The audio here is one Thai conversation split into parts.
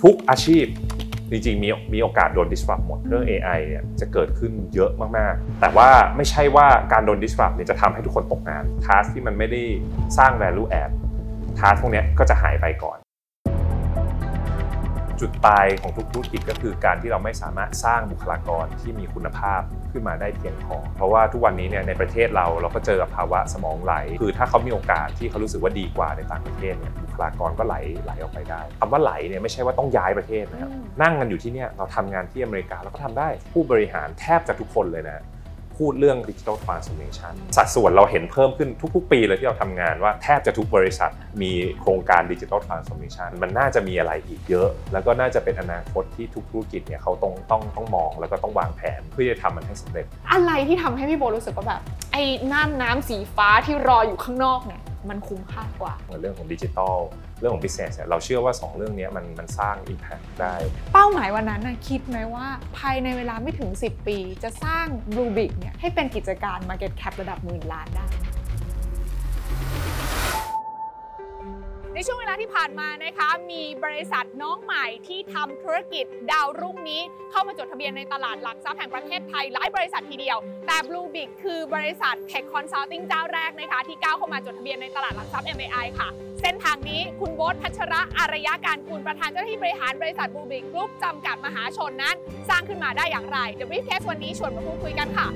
ทุกอาชีพจริงๆมีโอกาสโดน disrupt หมดเรื่อง AI เนี่ยจะเกิดขึ้นเยอะมากๆแต่ว่าไม่ใช่ว่าการโดน disrupt เนี่ยจะทำให้ทุกคนตกงาน task ที่มันไม่ได้สร้าง value add task พวกนี้ก็จะหายไปก่อนจุดตายของทุกธุรกิจก็คือการที่เราไม่สามารถสร้างบุคลากรที่มีคุณภาพขึ้นมาได้เพียงพอเพราะว่าทุกวันนี้เนี่ยในประเทศเราก็เจอกับภาวะสมองไหลคือถ้าเขามีโอกาสที่เขารู้สึกว่าดีกว่าในต่างประเทศเนี่ยบุคลากรก็ไหลออกไปได้คำว่าไหลเนี่ยไม่ใช่ว่าต้องย้ายประเทศนะครับนั่งกันอยู่ที่เนี่ยเราทำงานที่อเมริกาเราก็ทำได้ผู้บริหารแทบจะทุกคนเลยนะพูดเรื่อง Digital Transformation สัดส่วนเราเห็นเพิ่มขึ้นทุกๆปีเลยที่เราทำงานว่าแทบจะทุกบริษัทมีโครงการ Digital Transformation มันน่าจะมีอะไรอีกเยอะแล้วก็น่าจะเป็นอนาคตที่ทุกธุรกิจเนี่ยเขาต้องมองแล้วก็ต้องวางแผนเพื่อจะทำมันให้สำเร็จอะไรที่ทำให้พี่โบรู้สึกว่าแบบไอ้น้ำสีฟ้าที่รออยู่ข้างนอกเนี่ยมันคุ้มค่ากว่าเรื่องของดิจิทัลเรื่องของ business เนี่ยเราเชื่อว่า2เรื่องนี้มันสร้าง impact ได้เป้าหมายวันนั้นนะคิดไหมว่าภายในเวลาไม่ถึง10ปีจะสร้าง Bluebiq เนี่ยให้เป็นกิจการ Market Cap ระดับ10,000 ล้านได้ในช่วงเวลาที่ผ่านมานะคะมีบริษัทน้องใหม่ที่ทำธุรกิจดาวรุ่งนี้เข้ามาจดทะเบียนในตลาดหลักทรัพย์แห่งประเทศไทยหลายบริษัททีเดียวแต่ Bluebiq คือบริษัท Tech Consulting เจ้าแรกนะคะที่ก้าวเข้ามาจดทะเบียนในตลาดหลักทรัพย์ MAI ค่ะเส้นทางนี้คุณโบ๊ท พัชระอารยการกุลประธานเจ้าหน้าที่บริหารบริษัท Bluebiq Group จำกัดมหาชนนั้นสร้างขึ้นมาได้อย่างไร The Briefcase วันนี้ชวนมาพูดคุยกันค่ะ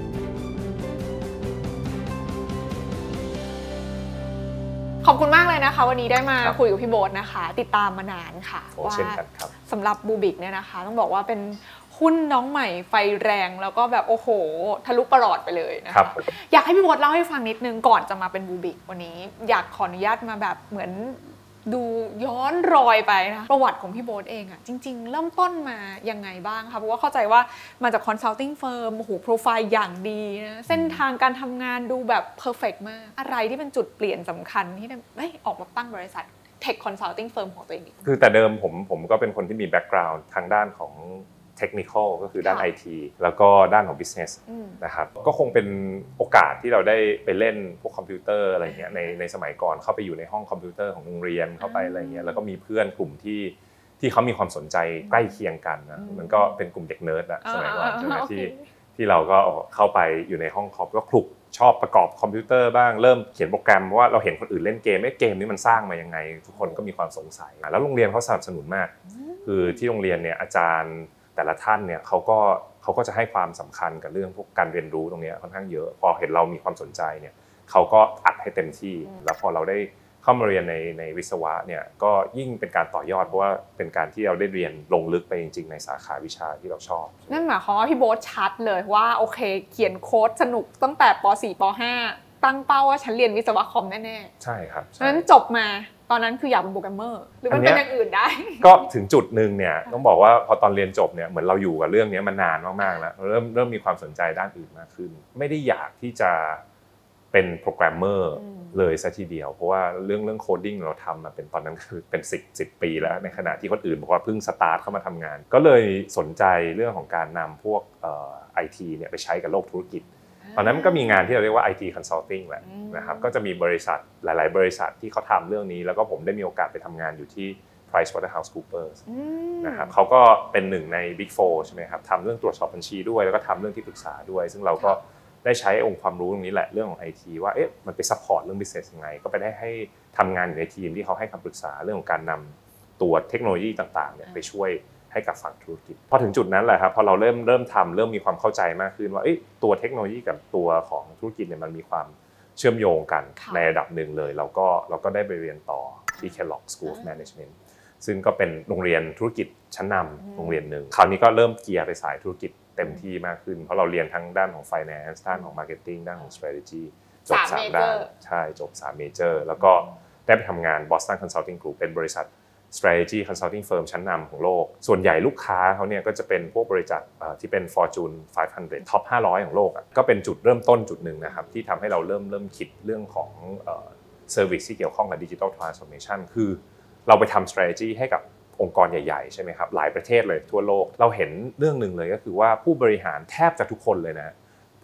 ขอบคุณมากเลยนะคะวันนี้ได้มาคุยกับพี่โบ๊ทนะคะติดตามมานานค่ะว่าสำหรับ Bluebiq เนี่ยนะคะต้องบอกว่าเป็นหุ้นน้องใหม่ไฟแรงแล้วก็แบบโอ้โหทะลุประหลอดไปเลยนะคะอยากให้พี่โบ๊ทเล่าให้ฟังนิดนึงก่อนจะมาเป็น Bluebiq วันนี้อยากขออนุญาตมาแบบเหมือนดูย้อนรอยไปนะประวัติของพี่โบ๊ทเองอะจริงๆเริ่มต้นมายังไงบ้างคะเพราะว่าเข้าใจว่ามาจาก consulting firm โอ้โหโปรไฟล์อย่างดีนะเส้นทางการทำงานดูแบบ perfect มากอะไรที่เป็นจุดเปลี่ยนสำคัญที่ออกมาตั้งบริษัท tech consulting firm ของตัวเองคือแต่เดิมผมก็เป็นคนที่มี background ทางด้านของtechnical ก็คือด้าน IT แล้วก็ด้านของ business นะครับก็คงเป็นโอกาสที่เราได้ไปเล่นพวกคอมพิวเตอร์อะไรเงี้ยในสมัยก่อนเข้าไปอยู่ในห้องคอมพิวเตอร์ของโรงเรียนเข้าไปอะไรเงี้ยแล้วก็มีเพื่อนกลุ่มที่เขามีความสนใจใกล้เคียงกันนะมันก็เป็นกลุ่มเด็กเนิร์ดอะสมัยก่อนใช่ไหมที่เราก็เข้าไปอยู่ในห้องคอมก็คลุกชอบประกอบคอมพิวเตอร์บ้างเริ่มเขียนโปรแกรมว่าเราเห็นคนอื่นเล่นเกมเกมนี้มันสร้างมายังไงทุกคนก็มีความสงสัยแล้วโรงเรียนเขาสนับสนุนมากคือที่โรงเรียนเนี่ยอาจารย์แต่ละท่านเนี่ยเขาก็จะให้ความสำคัญกับเรื่องพวกการเรียนรู้ตรงนี้ค่อนข้างเยอะพอเห็นเรามีความสนใจเนี่ยเขาก็อัดให้เต็มที่แล้วพอเราได้เข้ามาเรียนในวิศวะเนี่ยก็ยิ่งเป็นการต่อยอดเพราะว่าเป็นการที่เราได้เรียนลงลึกไปจริงๆในสาขาวิชาที่เราชอบนั่นหมายความว่าพี่โบ๊ทชัดเลยว่าโอเคเขียนโค้ดสนุกตั้งแต่ป .4 ป .5 ตั้งเป้าว่าฉันเรียนวิศวะคอมแน่ๆใช่ครับเพราะฉะนั้นจบมาตอนนั้นคืออยากเป็นโปรแกรมเมอร์หรือมันเป็นอย่างอื่นได้ก็ถึงจุดนึงเนี่ยต้องบอกว่าพอตอนเรียนจบเนี่ยเหมือนเราอยู่กับเรื่องนี้มานานมากๆแล้วเริ่มมีความสนใจด้านอื่นมากขึ้นไม่ได้อยากที่จะเป็นโปรแกรมเมอร์เลยซะทีเดียวเพราะว่าเรื่องโคดดิ้งเราทำมาเป็นตอนนั้นคือเป็น10 ปีแล้วในขณะที่คนอื่นบอกว่าเพิ่งสตาร์ทเข้ามาทำงานก็เลยสนใจเรื่องของการนำพวกIT เนี่ยไปใช้กับโลกธุรกิจตอนนั้นก็มีงานที่เราเรียกว่า IT Consulting แหละนะครับก็จะมีบริษัทหลายๆบริษัทที่เขาทำเรื่องนี้แล้วก็ผมได้มีโอกาสไปทำงานอยู่ที่ PricewaterhouseCoopers นะครับเขาก็เป็นหนึ่งใน Big Four ใช่ไหมครับทำเรื่องตรวจสอบบัญชีด้วยแล้วก็ทำเรื่องที่ปรึกษาด้วยซึ่งเราก็ได้ใช้องค์ความรู้ตรงนี้แหละเรื่องของ IT ว่ามันไปซัพพอร์ตเรื่อง business ยังไงก็ไปได้ให้ทำงานอยู่ในทีมที่เขาให้คำปรึกษาเรื่องของการนำตัวเทคโนโลยีต่างๆเนี่ยไปช่วยให้กับฝั่งธุรกิจพอถึงจุดนั้นแหละครับพอเราเริ่มทำเริ่มมีความเข้าใจมากขึ้นว่าตัวเทคโนโลยีกับตัวของธุรกิจเนี่ยมันมีความเชื่อมโยงกันในระดับหนึ่งเลยเราก็ได้ไปเรียนต่อที่ Kellogg School of Management ซึ่งก็เป็นโรงเรียนธุรกิจชั้นนำโรงเรียนหนึ่งคราวนี้ก็เริ่มเกียร์ไปสายธุรกิจเต็มที่มากขึ้นเพราะเราเรียนทั้งด้านของ Finance ด้านของ Marketing ด้านของ Strategy จบ3ด้านใช่จบ3 Major แล้วก็ได้ไปทำงาน Boston Consulting Group เป็นบริษัทstrategy consulting firm ชั้นนำของโลกส่วนใหญ่ลูกค้าเขาเนี่ยก็จะเป็นพวกบริษัทที่เป็น Fortune 500 Top 500ของโลกก็เป็นจุดเริ่มต้นจุดหนึ่งนะครับที่ทำให้เราเริ่มคิดเรื่องของservice ที่เกี่ยวข้องกับ digital transformation คือเราไปทำ strategy ให้กับองค์กรใหญ่ๆใช่ไหมครับหลายประเทศเลยทั่วโลกเราเห็นเรื่องนึงเลยก็คือว่าผู้บริหารแทบจะทุกคนเลยนะพ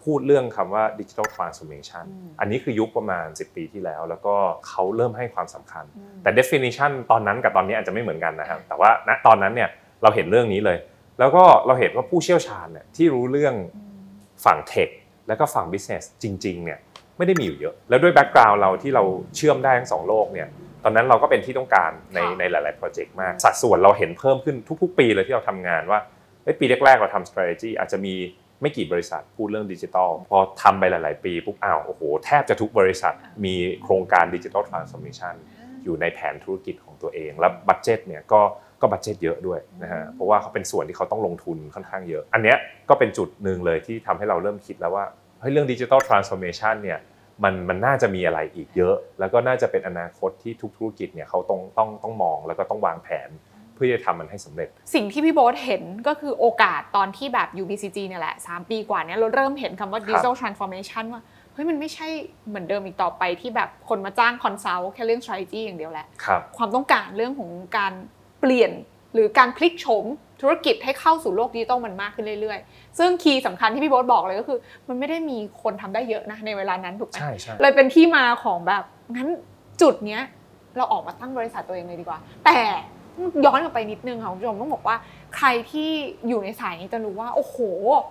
พูดเรื่องคำว่า digital transformation อันนี้คือยุคประมาณ10ปีที่แล้วแล้วก็เขาเริ่มให้ความสำคัญแต่ definition ตอนนั้นกับตอนนี้อาจจะไม่เหมือนกันนะครับแต่ว่าณตอนนั้นเนี่ยเราเห็นเรื่องนี้เลยแล้วก็เราเห็นว่าผู้เชี่ยวชาญเนี่ยที่รู้เรื่องฝั่ง tech แล้วก็ฝั่ง business จริงๆเนี่ยไม่ได้มีอยู่เยอะแล้วด้วย background เราที่เราเชื่อมได้ทั้ง2โลกเนี่ยตอนนั้นเราก็เป็นที่ต้องการในหลายๆโปรเจกต์มากสัดส่วนเราเห็นเพิ่มขึ้นทุกๆปีเลยที่เราทำงานว่าปีแรกๆเราทำ strategy อาจจะมีไม่กี่บริษัทพูดเรื่องดิจิทัลพอทำไปหลายๆปีปุ๊บโอ้โหแทบจะทุกบริษัทมีโครงการดิจิทัลทรานส์ฟอร์เมชันอยู่ในแผนธุรกิจของตัวเองแล้วบัดเจ็ตเนี่ยก็บัดเจ็ตเยอะด้วยนะฮะเพราะว่าเขาเป็นส่วนที่เขาต้องลงทุนค่อนข้างเยอะอันเนี้ยก็เป็นจุดนึงเลยที่ทำให้เราเริ่มคิดแล้วว่าเฮ้ยเรื่องดิจิทัลทรานส์ฟอร์เมชันเนี่ยมันน่าจะมีอะไรอีกเยอะแล้วก็น่าจะเป็นอนาคตที่ทุกธุรกิจเนี่ยเขาต้องมองแล้วก็ต้องวางแผนเพื่อจะทำมันให้สำเร็จสิ่งที่พี่โบ๊ทเห็นก็คือโอกาสตอนที่แบบอยู่ BCG เนี่ยแหละ3ปีกว่านี้เราเริ่มเห็นคำว่า Digital Transformation ว่าเฮ้ยมันไม่ใช่เหมือนเดิมอีกต่อไปที่แบบคนมาจ้างคอนซัลท์แค่เรื่อง strategy อย่างเดียวแหละความต้องการเรื่องของการเปลี่ยนหรือการพลิกโฉมธุรกิจให้เข้าสู่โลกดิจิทัลมันมากขึ้นเรื่อยๆซึ่งคีย์สำคัญที่พี่โบ๊ทบอกเลยก็คือมันไม่ได้มีคนทำได้เยอะนะในเวลานั้นถูกไหมใช่เลยเป็นที่มาของแบบงั้นจุดเนี้ยเราออกมาตั้งบริษัทตัวเองเลยดีกว่าแต่ย้อนกลับไปนิดนึงค่ะคุณผู้ชมต้องบอกว่าใครที่อยู่ในสายนี้จะรู้ว่าโอ้โห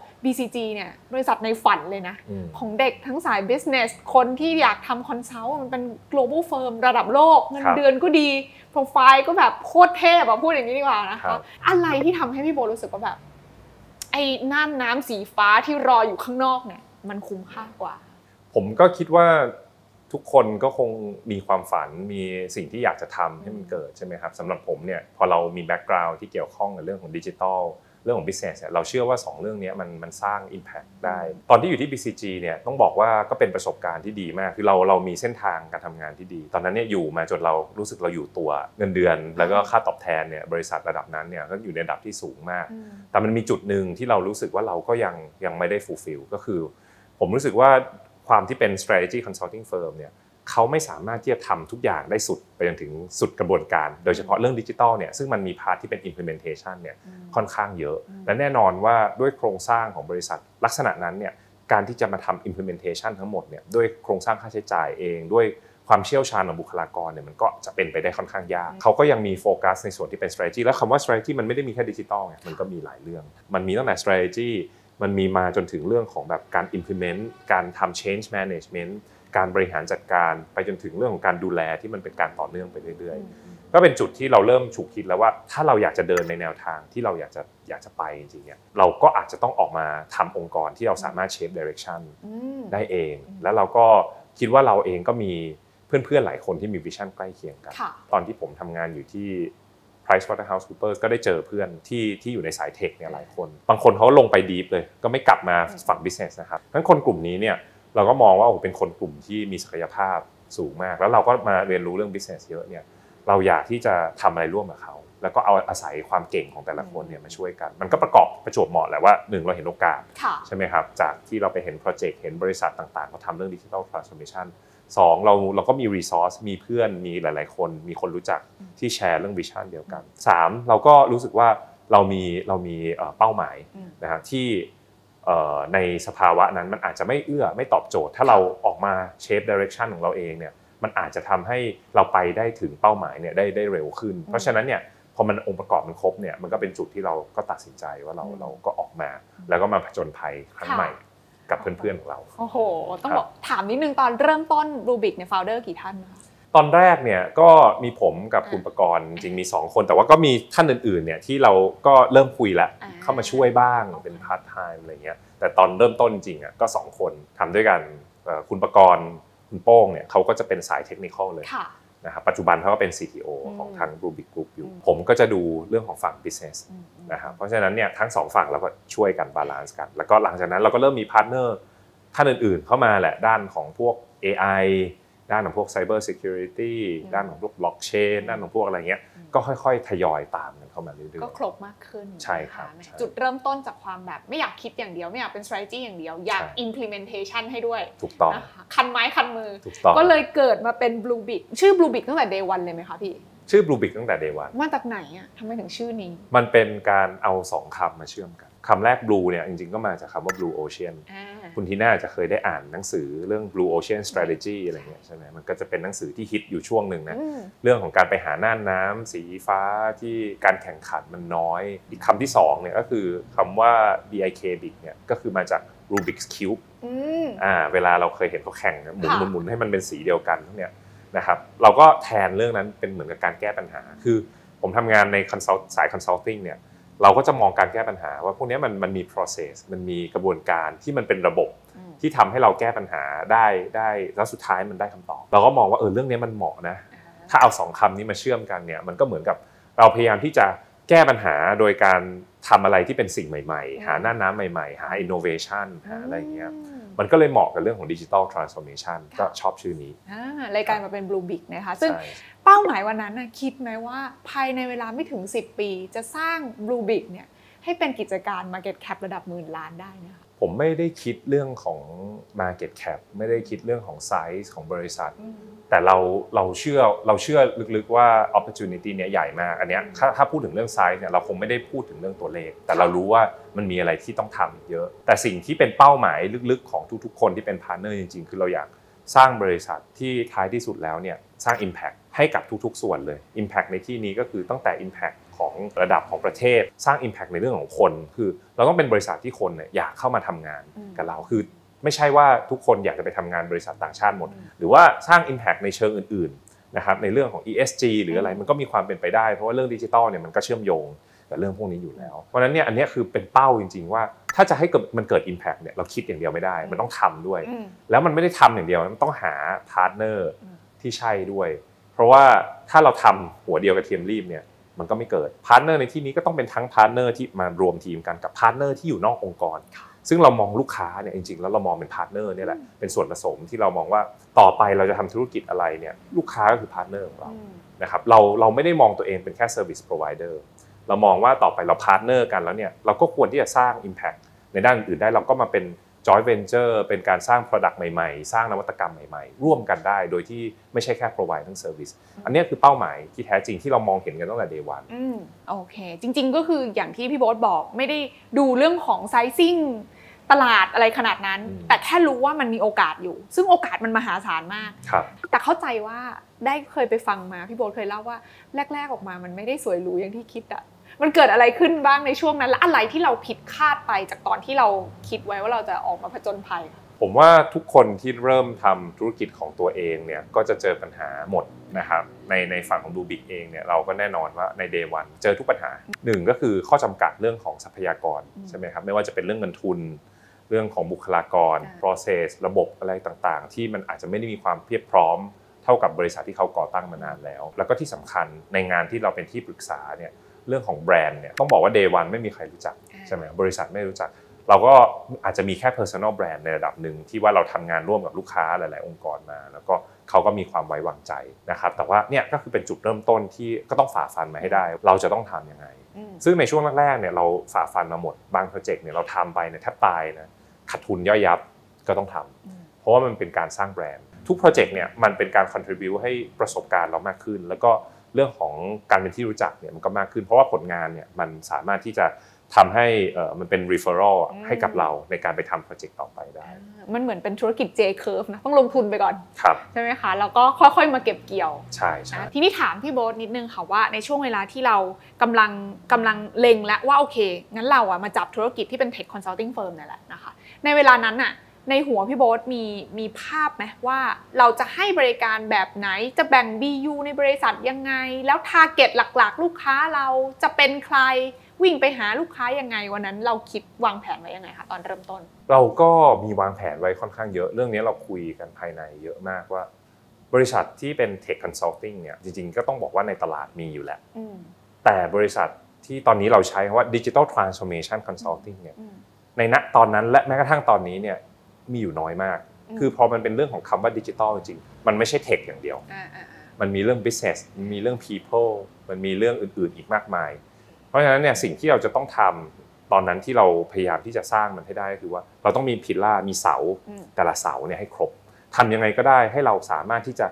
BCG เนี่ยบริษัทในฝันเลยนะของเด็กทั้งสาย business คนที่อยากทำคอนซัลท์มันเป็น global firm ระดับโลกเงินเดือนก็ดีโปรไฟล์ก็แบบโคตรเทพพูดอย่างนี้ดีกว่านะคะอะไรที่ทำให้พี่โบรู้สึกว่าแบบไอ้น่านน้ำสีฟ้าที่รออยู่ข้างนอกเนี่ยมันคุ้มค่ากว่าผมก็คิดว่าทุกคนก็คงมีความฝันมีสิ่งที่อยากจะทำให้มันเกิดใช่ไหมครับสำหรับผมเนี่ยพอเรามีแบ็กกราวด์ที่เกี่ยวข้องกับเรื่องของดิจิทัลเรื่องของ business เราเชื่อว่า2เรื่องนี้มันสร้าง impact ได้ตอนที่อยู่ที่ BCG เนี่ยต้องบอกว่าก็เป็นประสบการณ์ที่ดีมากคือเรามีเส้นทางการทำงานที่ดีตอนนั้นเนี่ยอยู่มาจนเรารู้สึกเราอยู่ตัวเงินเดือนแล้วก็ค่าตอบแทนเนี่ยบริษัทระดับนั้นเนี่ยก็อยู่ในระดับที่สูงมากแต่มันมีจุดนึงที่เรารู้สึกว่าเราก็ยังไม่ได้ fulfill ก็คือผมรู้สึกว่าความที่เป็น strategy consulting firm เนี่ยเขาไม่สามารถที่จะทำทุกอย่างได้สุดไปจนถึงสุดกระบวนการโดยเฉพาะเรื่องดิจิทัลเนี่ยซึ่งมันมีพาร์ทที่เป็น implementation เนี่ยค่อนข้างเยอะและแน่นอนว่าด้วยโครงสร้างของบริษัทลักษณะนั้นเนี่ยการที่จะมาทำ implementation ทั้งหมดเนี่ยด้วยโครงสร้างค่าใช้จ่ายเองด้วยความเชี่ยวชาญของบุคลากรเนี่ยมันก็จะเป็นไปได้ค่อนข้างยากเขาก็ยังมีโฟกัสในส่วนที่เป็น strategy และคำว่า strategy มันไม่ได้มีแค่ดิจิทัลไงมันก็มีหลายเรื่องมันมีตั้งแต่ strategy มันมีมาจนถึงเรื่องของแบบการ implement การทำ change managementการบริหารจัดการไปจนถึงเรื่องของการดูแลที่มันเป็นการต่อเนื่องไปเรื่อยๆก็เป็นจุดที่เราเริ่มฉุกคิดแล้วว่าถ้าเราอยากจะเดินในแนวทางที่เราอยากจะไปจริงๆเนี่ยเราก็อาจจะต้องออกมาทำองค์กรที่เราสามารถ shape direction ได้เองแล้วเราก็คิดว่าเราเองก็มีเพื่อนๆหลายคนที่มีวิชั่นใกล้เคียงกันตอนที่ผมทำงานอยู่ที่ PricewaterhouseCoopers ก็ได้เจอเพื่อนที่อยู่ในสายเทคเนี่ยหลายคนบางคนเขาลงไป deep เลยก็ไม่กลับมาฝั่ง business นะครับทั้งคนกลุ่มนี้เนี่ยเราก็มองว่าเป็นคนกลุ่มที่มีศักยภาพสูงมากแล้วเราก็มาเรียนรู้เรื่อง business เยอะเนี่ยเราอยากที่จะทำอะไรร่วมกับเขาแล้วก็เอาอาศัยความเก่งของแต่ละคนเนี่ยมาช่วยกันมันก็ประจวบเหมาะแหละว่า1เราเห็นโอกาสใช่ไหมครับจากที่เราไปเห็นโปรเจกต์เห็นบริษัทต่างๆเขาทำเรื่อง digital transformation 2เราก็มี resource มีเพื่อนมีหลายๆคนมีคนรู้จักที่แชร์เรื่อง vision เดียวกัน3เราก็รู้สึกว่าเรามีเป้าหมายนะฮะที่ในสภาวะนั้นมันอาจจะไม่ตอบโจทย์ถ้าเราออกมา shape direction ของเราเองเนี่ยมันอาจจะทำให้เราไปได้ถึงเป้าหมายเนี่ยได้เร็วขึ้นเพราะฉะนั้นเนี่ยพอมันองค์ประกอบมันครบเนี่ยมันก็เป็นจุดที่เราก็ตัดสินใจว่าเราก็ออกมาแล้วก็มาผจญภัยครั้งใหม่กับเพื่อนๆของเราโอ้โหต้องบอกถามนิดนึงตอนเริ่มต้น Rubik เนี่ย founder กี่ท่านคะตอนแรกเนี่ยก็มีผมกับคุณประกรณ์จริงมี2คนแต่ว่าก็มีท่านอื่นๆเนี่ยที่เราก็เริ่มคุยแล้วเข้ามาช่วยบ้างเป็นพาร์ทไทม์อะไรเงี้ยแต่ตอนเริ่มต้นจริงก็2คนทำด้วยกันคุณประกรณ์คุณโป้งเนี่ยเขาก็จะเป็นสายเทคนิคอลเลยนะครับปัจจุบันเขาก็เป็น CTO ของทาง Rubik Group อยู่ผมก็จะดูเรื่องของฝั่ง business นะครับเพราะฉะนั้นเนี่ยทั้ง2ฝั่งเราก็ช่วยกันบาลานซ์กันแล้วก็หลังจากนั้นเราก็เริ่มมีพาร์ทเนอร์ท่านอื่นๆเข้ามาแหละด้านของพวก AIด้านของพวก Cyber Security ด้านของพวก Blockchain ด้านของพวกอะไรเงี้ยก็ค่อยๆทยอยตามกันเข้ามาเรื่อยๆก็ครบมากขึ้นใช่ครับจุดเริ่มต้นจากความแบบไม่อยากคิดอย่างเดียวไม่อยากเป็น strategy อย่างเดียวอยาก implementation ให้ด้วยถูกต้องนะคะคันไม้คันมือก็เลยเกิดมาเป็น Bluebit ชื่อ Bluebit ตั้งแต่ day 1เลยไหมคะพี่ชื่อ Bluebit ตั้งแต่ day 1 มาจากไหนอ่ะทำไมถึงชื่อนี้มันเป็นการเอา2คำมาเชื่อมกันคคำแรก blue เนี่ยจริงๆก็มาจากคำว่า blue ocean คุณทีน่าจะเคยได้อ่านหนังสือเรื่อง blue ocean strategy อะไรเงี้ยใช่ไหมมันก็จะเป็นหนังสือที่ฮิตอยู่ช่วงหนึ่งนะเรื่องของการไปหาน่านน้ำสีฟ้าที่การแข่งขันมันน้อยอีกคำที่2เนี่ยก็คือคำว่า BIK big เนี่ยก็คือมาจาก Rubik's Cube เวลาเราเคยเห็นเขาแข่งหมุนให้มันเป็นสีเดียวกันเนี่ยนะครับเราก็แทนเรื่องนั้นเป็นเหมือนกับการแก้ปัญหาคือผมทำงานในสาย consulting เนี่ยเราก็จะมองการแก้ปัญหาว่าพวกนี้มันมี process มันมีกระบวนการที่มันเป็นระบบที่ทำให้เราแก้ปัญหาได้แล้วสุดท้ายมันได้คำตอบเราก็มองว่าเรื่องนี้มันเหมาะนะถ้าเอา2คำนี้มาเชื่อมกันเนี่ยมันก็เหมือนกับเราพยายามที่จะแก้ปัญหาโดยการทำอะไรที่เป็นสิ่งใหม่ๆหาน่านน้ำใหม่ๆหา innovation หาอะไรอย่างเงี้ยมันก็เลยเหมาะกับเรื่องของ digital transformation ก็ชอบชื่อนี้รายการมาเป็น Blue Big นะคะซึ่งเป้าหมายวันนั้นคิดไหมว่าภายในเวลาไม่ถึง10 ปีจะสร้าง Blue Big เนี่ยให้เป็นกิจการ Market Cap ระดับ10,000 ล้านได้นะคะผมไม่ได้คิดเรื่องของ market cap ไม่ได้คิดเรื่องของ size ของบริษัทแต่เราเชื่อลึกๆว่า opportunity เนี่ยใหญ่มากอันเนี้ยถ้าพูดถึงเรื่อง size เนี่ยเราคงไม่ได้พูดถึงเรื่องตัวเลขแต่เรารู้ว่ามันมีอะไรที่ต้องทำเยอะแต่สิ่งที่เป็นเป้าหมายลึกๆของทุกๆคนที่เป็น partner จริงๆคือเราอยากสร้างบริษัทที่ท้ายที่สุดแล้วเนี่ยสร้าง impact ให้กับทุกๆส่วนเลย impact ในที่นี้ก็คือตั้งแต่ impactของระดับของประเทศสร้าง impact ในเรื่องของคนคือเราต้องเป็นบริษัทที่คนเนี่ยอยากเข้ามาทำงานกับเราคือไม่ใช่ว่าทุกคนอยากจะไปทำงานบริษัทต่างชาติหมดหรือว่าสร้าง impact ในเชิงอื่นๆนะครับในเรื่องของ ESG หรืออะไรมันก็มีความเป็นไปได้เพราะว่าเรื่องดิจิทัลเนี่ยมันก็เชื่อมโยงกับเรื่องพวกนี้อยู่แล้วเพราะฉะนั้นเนี่ยอันนี้คือเป็นเป้าจริงๆว่าถ้าจะให้มันเกิด impact เนี่ยเราคิดอย่างเดียวไม่ได้มันต้องทำด้วยแล้วมันไม่ได้ทำอย่างเดียวมันต้องหาพาร์ทเนอร์ที่ใช่ด้วยเพราะว่าถ้าเราทำหัวเดียวกับเทียมรีบเนี่ยมันก็ไม่เกิดพาร์ทเนอร์ในที่นี้ก็ต้องเป็นทั้งพาร์ทเนอร์ที่มารวมทีมกันกับพาร์ทเนอร์ที่อยู่นอกองค์กรซึ่งเรามองลูกค้าเนี่ยจริงๆแล้วเรามองเป็นพาร์ทเนอร์เนี่ยแหละเป็นส่วนผสมที่เรามองว่าต่อไปเราจะทำธุรกิจอะไรเนี่ยลูกค้าก็คือพาร์ทเนอร์ของเรานะครับเราไม่ได้มองตัวเองเป็นแค่ service provider เรามองว่าต่อไปเราพาร์ทเนอร์กันแล้วเนี่ยเราก็ควรที่จะสร้าง impact ในด้านอื่นได้เราก็มาเป็น joint venture เป็นการสร้าง product ใหม่ๆสร้างนวัตกรรมใหม่ๆร่วมกันได้โดยที่ไม่ใช่แค่ provide ทั้ง service อันนี้คือเป้าหมายที่แท้จริงที่เรามองเห็นกันตั้งแต่ day one โอเคจริงๆก็คืออย่างที่พี่โบ๊ทบอกไม่ได้ดูเรื่องของ sizing ตลาดอะไรขนาดนั้นแต่แค่รู้ว่ามันมีโอกาสอยู่ซึ่งโอกาสมันมหาศาลมากแต่เข้าใจว่าได้เคยไปฟังมาพี่โบ๊ทเคยเล่าว่าแรกๆออกมามันไม่ได้สวยหรูอย่างที่คิดอะมันเกิดอะไรขึ้นบ้างในช่วงนั้นและอะไรที่เราผิดคาดไปจากตอนที่เราคิดไว้ว่าเราจะออกมาผจญภัยผมว่าทุกคนที่เริ่มทำธุรกิจของตัวเองเนี่ยก็จะเจอปัญหาหมดนะครับในฝั่งของ Blue Big เองเนี่ยเราก็แน่นอนว่าใน Day 1เจอทุกปัญหา1ก็คือข้อจำกัดเรื่องของทรัพยากรใช่ไหมครับไม่ว่าจะเป็นเรื่องเงินทุนเรื่องของบุคลากร process ระบบอะไรต่างๆที่มันอาจจะไม่ได้มีความเพียบพร้อมเท่ากับบริษัทที่เขาก่อตั้งมานานแล้วก็ที่สำคัญในงานที่เราเป็นที่ปรึกษาเนี่ยเรื่องของแบรนด์เนี่ยต้องบอกว่า Day 1ไม่มีใครรู้จักใช่ไหมบริษัทไม่รู้จักเราก็อาจจะมีแค่ personal brand ในระดับหนึ่งที่ว่าเราทำงานร่วมกับลูกค้าหลายๆองค์กรมาแล้วก็เขาก็มีความไว้วางใจนะครับแต่ว่าเนี่ยก็คือเป็นจุดเริ่มต้นที่ก็ต้องฝ่าฟันมาให้ได้เราจะต้องทำยังไงซึ่งในช่วงแรกๆเนี่ยเราฝ่าฟันมาหมดบางโปรเจกต์เนี่ยเราทำไปเนี่ยแทบตายนะขาดทุนย่อยยับก็ต้องทำเพราะว่ามันเป็นการสร้างแบรนด์ทุกโปรเจกต์เนี่ยมันเป็นการ contribute ให้ประสบการณ์เรามากขึ้นแล้วก็เรื่องของการเป็นที่รู้จักเนี่ยมันก็มากขึ้นเพราะว่าผลงานเนี่ยมันสามารถที่จะทำให้มันเป็น referral ให้กับเราในการไปทำโปรเจกต์ต่อไปได้มันเหมือนเป็นธุรกิจ J curve นะต้องลงทุนไปก่อนใช่ไหมคะแล้วก็ค่อยๆมาเก็บเกี่ยวใช่ทีนี้ถามพี่โบ๊ทนิดนึงค่ะว่าในช่วงเวลาที่เรากำลังเล็งแล้วว่าโอเคงั้นเราอะมาจับธุรกิจที่เป็น tech consulting firm นี่แหละนะคะในเวลานั้นอะในหัวพี่โบ๊ทมีภาพไหมว่าเราจะให้บริการแบบไหนจะแบ่ง BU ในบริษัทยังไงแล้ว target หลักๆลูกค้าเราจะเป็นใครวิ่งไปหาลูกค้ายังไงวันนั้นเราคิดวางแผนไว้ยังไงคะตอนเริ่มต้นเราก็มีวางแผนไว้ค่อนข้างเยอะเรื่องนี้เราคุยกันภายในเยอะมากว่าบริษัทที่เป็น Tech Consulting เนี่ยจริงๆก็ต้องบอกว่าในตลาดมีอยู่แล้วแต่บริษัทที่ตอนนี้เราใช้คำว่า Digital Transformation Consulting เนี่ยในณตอนนั้นและแม้กระทั่งตอนนี้เนี่ยมีอยู่น้อยมากคือพอมันเป็นเรื่องของคำว่าดิจิทัลจริงๆมันไม่ใช่เทคอย่างเดียวมันมีเรื่อง business มันมีเรื่อง people มันมีเรื่องอื่นๆอีกมากมายเพราะฉะนั้นเนี่ยสิ่งที่เราจะต้องทำตอนนั้นที่เราพยายามที่จะสร้างมันให้ได้ก็คือว่าเราต้องมีพิลล่ามีเสาแต่ละเสาเนี่ยให้ครบทำยังไงก็ได้ให้เราสามารถที่จะ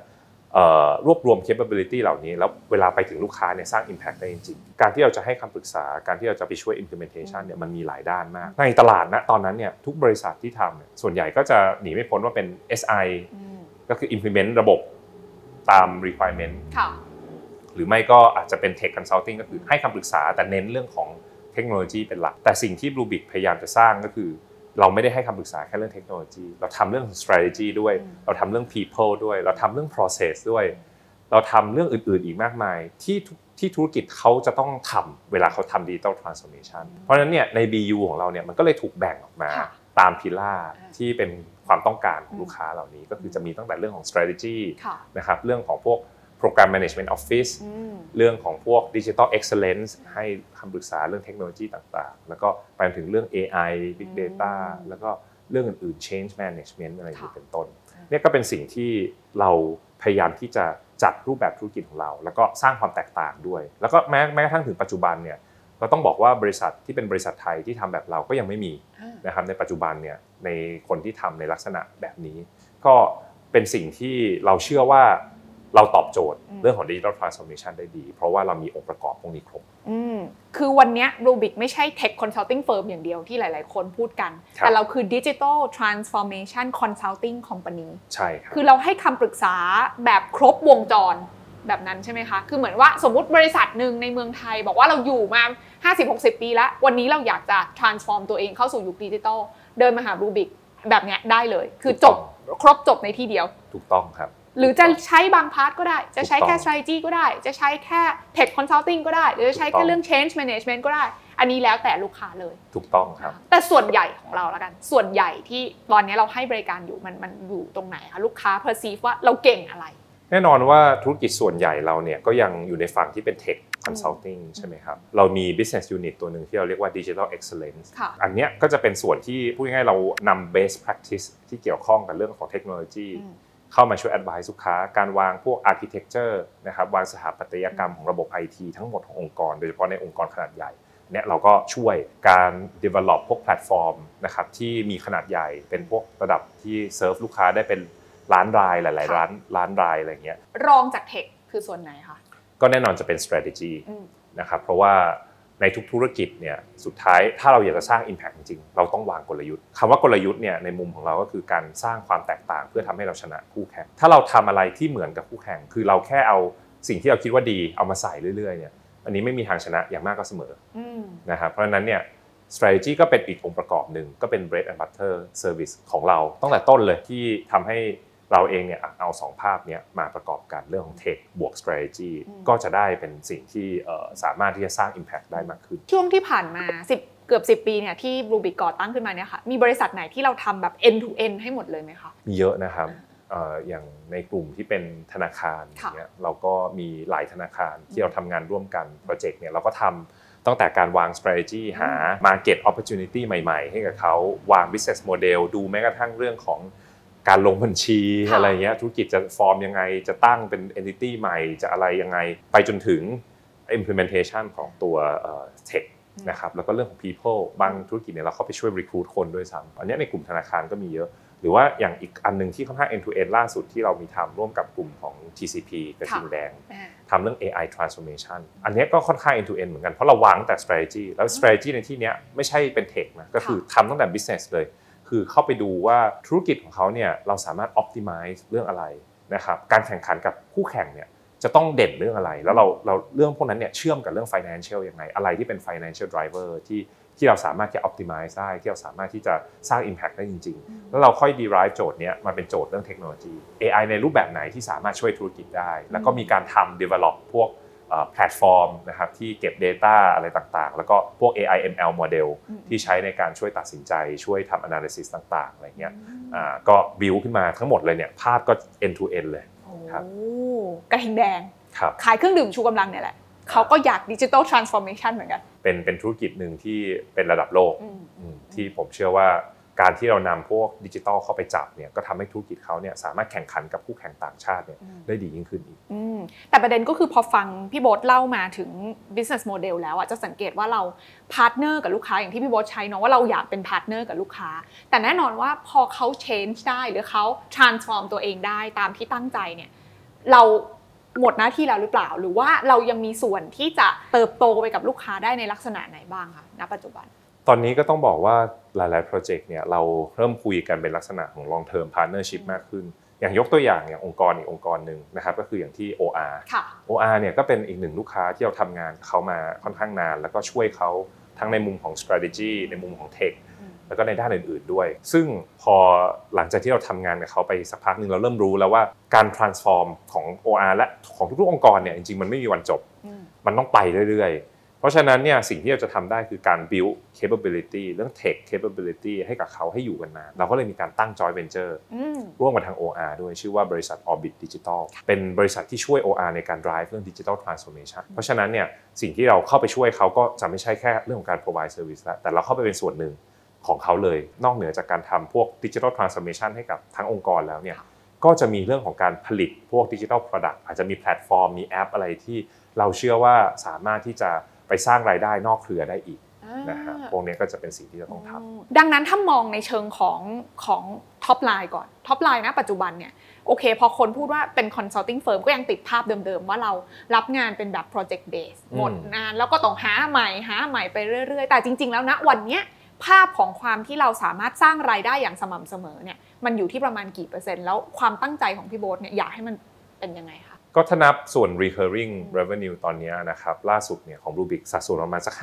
รวบรวม capability เหล่านี้แล้วเวลาไปถึงลูกค้าเนี่ยสร้าง impact ได้จริงๆการที่เราจะให้คำปรึกษาการที่เราจะไปช่วย implementation เนี่ยมันมีหลายด้านมากในตลาดนะตอนนั้นเนี่ยทุกบริษัทที่ทำเนี่ยส่วนใหญ่ก็จะหนีไม่พ้นว่าเป็น SI ก็คือ implement ระบบตาม requirement หรือไม่ก็อาจจะเป็น tech consulting ก็คือให้คำปรึกษาแต่เน้นเรื่องของเทคโนโลยีเป็นหลักแต่สิ่งที่ Bluebiq พยายามจะสร้างก็คือเราไม่ได้ให้คำปรึกษาแค่เรื่องเทคโนโลยีเราทำเรื่อง strategy ด้วยเราทำเรื่อง people ด้วยเราทำเรื่อง process ด้วยเราทำเรื่องอื่นๆอีกมากมายที่ธุรกิจเขาจะต้องทำเวลาเขาทำ digital transformation เพราะฉะนั้นเนี่ยใน BU ของเราเนี่ยมันก็เลยถูกแบ่งออกมาตาม pillar ที่เป็นความต้องการของลูกค้าเหล่านี้ก็คือจะมีตั้งแต่เรื่องของ strategy นะครับเรื่องของพวกProgram Management Office เรื่องของพวก Digital Excellence ให้คำปรึกษาเรื่องเทคโนโลยีต่างๆแล้วก็ไปถึงเรื่อง AI Big Data แล้วก็เรื่องอื่นๆ Change Management อะไรอย่างนี้เป็นต้นเนี่ยก็เป็นสิ่งที่เราพยายามที่จะจัดรูปแบบธุรกิจของเราแล้วก็สร้างความแตกต่างด้วยแล้วก็แม้กระทั่งถึงปัจจุบันเนี่ยเราต้องบอกว่าบริษัทที่เป็นบริษัทไทยที่ทำแบบเราก็ยังไม่มีนะครับในปัจจุบันเนี่ยในคนที่ทำในลักษณะแบบนี้ก็เป็นสิ่งที่เราเชื่อว่าเราตอบโจทย์เรื่องของ Digital Transformation ได้ดีเพราะว่าเรามีองค์ประกอบพวกนี้ครบคือวันนี้ Bluebiq ไม่ใช่ Tech Consulting Firm อย่างเดียวที่หลายๆคนพูดกันแต่เราคือ Digital Transformation Consulting Company ใช่ครับคือเราให้คำปรึกษาแบบครบวงจรแบบนั้นใช่ไหมคะคือเหมือนว่าสมมุติบริษัทหนึ่งในเมืองไทยบอกว่าเราอยู่มา 50-60 ปีแล้ววันนี้เราอยากจะ transform ตัวเองเข้าสู่ยุคดิจิทัลเดินมาหา Bluebiq แบบนี้ได้เลยคือจบครบจบในที่เดียวถูกต้องครับหรือจะใช้บางพาร์ทก็ได้จะใช้แค่ strategy ก็ได้จะใช้แค่ tech consulting ก็ได้หรือจะใช้แค่เรื่อง change management ก็ได้อันนี้แล้วแต่ลูกค้าเลยถูกต้องครับแต่ส่วนใหญ่ของเราแล้วกันส่วนใหญ่ที่ตอนนี้เราให้บริการอยู่มันอยู่ตรงไหนคะลูกค้า perceive ว่าเราเก่งอะไรแน่นอนว่าธุรกิจส่วนใหญ่เราเนี่ยก็ยังอยู่ในฝั่งที่เป็น tech consulting ใช่ไหมครับเรามี business unit ตัวหนึ่งที่เราเรียกว่า digital excellence อันนี้ก็จะเป็นส่วนที่พูดง่ายๆเรานำ best practice ที่เกี่ยวข้องกับเรื่องของเทคโนโลยีเข้ามาช่วย advise ลูกค้าการวางพวก architecture นะครับวางสถาปัตยกรรมของระบบ IT ทั้งหมดขององค์กรโดยเฉพาะในองค์กรขนาดใหญ่เนี่ยเราก็ช่วยการ develop พวกแพลตฟอร์มนะครับที่มีขนาดใหญ่เป็นพวกระดับที่เซิร์ฟลูกค้าได้เป็นล้านรายหลายๆล้านรายอะไรเงี้ยรองจาก tech คือส่วนไหนคะก็แน่นอนจะเป็น strategy นะครับเพราะว่าในทุกธุรกิจเนี่ยสุดท้ายถ้าเราอยากจะสร้าง impact จริงๆเราต้องวางกลยุทธ์คำว่ากลยุทธ์เนี่ยในมุมของเราก็คือการสร้างความแตกต่างเพื่อทำให้เราชนะคู่แข่งถ้าเราทำอะไรที่เหมือนกับคู่แข่งคือเราแค่เอาสิ่งที่เราคิดว่าดีเอามาใส่เรื่อยๆเนี่ยอันนี้ไม่มีทางชนะอย่างมากก็เสมอนะครับเพราะฉะนั้นเนี่ย strategy ก็เป็นอีกองค์ประกอบหนึ่งก็เป็น bread and butter service ของเราตั้งแต่ต้นเลยที่ทำให้เราเองเนี่ยเอา2ภาพนี้มาประกอบกันเรื่องของ tech บวก strategy ก็จะได้เป็นสิ่งที่สามารถที่จะสร้าง impact ได้มากขึ้นช่วงที่ผ่านมาเกือบ10 ปีเนี่ยที่ Bluebiq ก่อตั้งขึ้นมาเนี่ยค่ะมีบริษัทไหนที่เราทำแบบ end to end ให้หมดเลยไหมคะมีเยอะนะครับอย่างในกลุ่มที่เป็นธนาคารเนี่ยเราก็มีหลายธนาคารที่เราทำงานร่วมกันโปรเจกต์เนี่ยเราก็ทำตั้งแต่การวาง strategy หา market opportunity ใหม่ๆให้กับเขาวาง business model ดูแม้กระทั่งเรื่องของการลงบัญชีอะไรเงี้ยธุรกิจจะฟอร์มยังไงจะตั้งเป็น entity ใหม่จะอะไรยังไงไปจนถึง implementation ของตัว tech นะครับแล้วก็เรื่องของ people บางธุรกิจเนี่ยเราเข้าไปช่วย recruit คนด้วยซ้ำอันนี้ในกลุ่มธนาคารก็มีเยอะหรือว่าอย่างอีกอันนึงที่ค่อนข้าง end to end ล่าสุดที่เรามีทำร่วมกับกลุ่มของ TCP กระทิงแดงทำเรื่อง AI transformation อันนี้ก็ค่อนข้าง end to end เหมือนกันเพราะเราวางแต่ strategy แล้ว strategy ในที่นี้ไม่ใช่เป็น tech นะก็คือทำตั้งแต่ business เลยคือเข้าไปดูว่าธุรกิจของเขาเนี่ยเราสามารถ optimize เรื่องอะไรนะครับการแข่งขันกับคู่แข่งเนี่ยจะต้องเด่นเรื่องอะไรแล้วเราเรื่องพวกนั้นเนี่ยเชื่อมกับเรื่อง financial ยังไงอะไรที่เป็น financial driver ที่เราสามารถที่จะ optimize ได้ที่เราสามารถที่จะสร้าง impact ได้จริงๆแล้วเราค่อย derive โจทย์นี้มาเป็นโจทย์เรื่องเทคโนโลยี AI ในรูปแบบไหนที่สามารถช่วยธุรกิจได้แล้วก็มีการทำ develop พวกแพลตฟอร์มนะครับที่เก็บ data อะไรต่างๆแล้วก็พวก AI ML model ที่ใช้ในการช่วยตัดสินใจช่วยทำ analysis ต่างๆอะไรเงี้ยก็ build ขึ้นมาทั้งหมดเลยเนี่ยภาพก็ end to end เลยครับกระทิงแดงขายเครื่องดื่มชูกำลังเนี่ยแหละเขาก็อยาก digital transformation เหมือนกันเป็นธุรกิจหนึ่งที่เป็นระดับโลกที่ผมเชื่อว่าการที่เรานำพวกดิจิทัลเข้าไปจับเนี่ยก็ทำให้ธุรกิจเขาเนี่ยสามารถแข่งขันกับคู่แข่งต่างชาติเนี่ยได้ดียิ่งขึ้นอีกแต่ประเด็นก็คือพอฟังพี่โบ๊ทเล่ามาถึง business model แล้วจะสังเกตว่าเราพาร์ทเนอร์กับลูกค้าอย่างที่พี่โบ๊ทใช้เนาะว่าเราอยากเป็นพาร์ทเนอร์กับลูกค้าแต่แน่นอนว่าพอเขา change ได้หรือเขา transform ตัวเองได้ตามที่ตั้งใจเนี่ยเราหมดหน้าที่แล้วหรือเปล่าหรือว่าเรายังมีส่วนที่จะเติบโตไปกับลูกค้าได้ในลักษณะไหนบ้างคะณปัจจุบันตอนนี้ก็ต้องบอกว่าหลายๆโปรเจกต์เนี่ยเราเริ่มคุยกันเป็นลักษณะของ long term partnership มากขึ้นอย่างยกตัวอย่างองค์กรอีกองค์กรหนึ่งนะครับก็คืออย่างที่ OR ค่ะ OR เนี่ยก็เป็นอีกหนึ่งลูกค้าที่เราทำงานกับเขามาค่อนข้างนานแล้วก็ช่วยเขาทั้งในมุมของ strategy ในมุมของ tech แล้วก็ในด้านอื่นๆด้วยซึ่งพอหลังจากที่เราทำงานกับเขาไปสักพักนึงเราเริ่มรู้แล้วว่าการ transform ของ OR และของทุกๆองค์กรเนี่ยจริงๆมันไม่มีวันจบมันต้องไปเรื่อยๆเพราะฉะนั้นเนี่ยสิ่งที่เราจะทำได้คือการ build capability เรื่อง tech capability ให้กับเขาให้อยู่กันนานเราก็เลยมีการตั้ง joint venture ร่วมกับทาง OR ด้วยชื่อว่าบริษัท Orbit Digital เป็นบริษัทที่ช่วย OR ในการ drive เรื่อง digital transformation เพราะฉะนั้นเนี่ยสิ่งที่เราเข้าไปช่วยเขาก็จะไม่ใช่แค่เรื่องของการ provide service แล้วแต่เราเข้าไปเป็นส่วนหนึ่งของเขาเลยนอกเหนือจากการทำพวก digital transformation ให้กับทั้งองค์กรแล้วเนี่ยก็จะมีเรื่องของการผลิตพวก digital product อาจจะมีแพลตฟอร์มมีแอปอะไรที่เราเชื่อว่าสามารถที่จะไปสร้างรายได้นอกเครือได้อีกนะฮะพวกนี้ก็จะเป็นสิ่งที่จะต้องทำดังนั้นถ้ามองในเชิงของท็อปไลน์ก่อนท็อปไลน์นะปัจจุบันเนี่ยโอเคพอคนพูดว่าเป็น consulting firm ก็ยังติดภาพเดิมๆว่าเรารับงานเป็นแบบ project base หมดงานแล้วก็ต้องหาใหม่ไปเรื่อยๆแต่จริงๆแล้วณวันเนี้ยภาพของความที่เราสามารถสร้างรายได้อย่างสม่ำเสมอเนี่ยมันอยู่ที่ประมาณกี่เปอร์เซ็นต์แล้วความตั้งใจของพี่โบ๊ทเนี่ยอยากให้มันเป็นยังไงคะก็ถ้านับส่วน recurring revenue ตอนนี้นะครับล่าสุดเนี่ยของ Rubik สัดส่วนประมาณสัก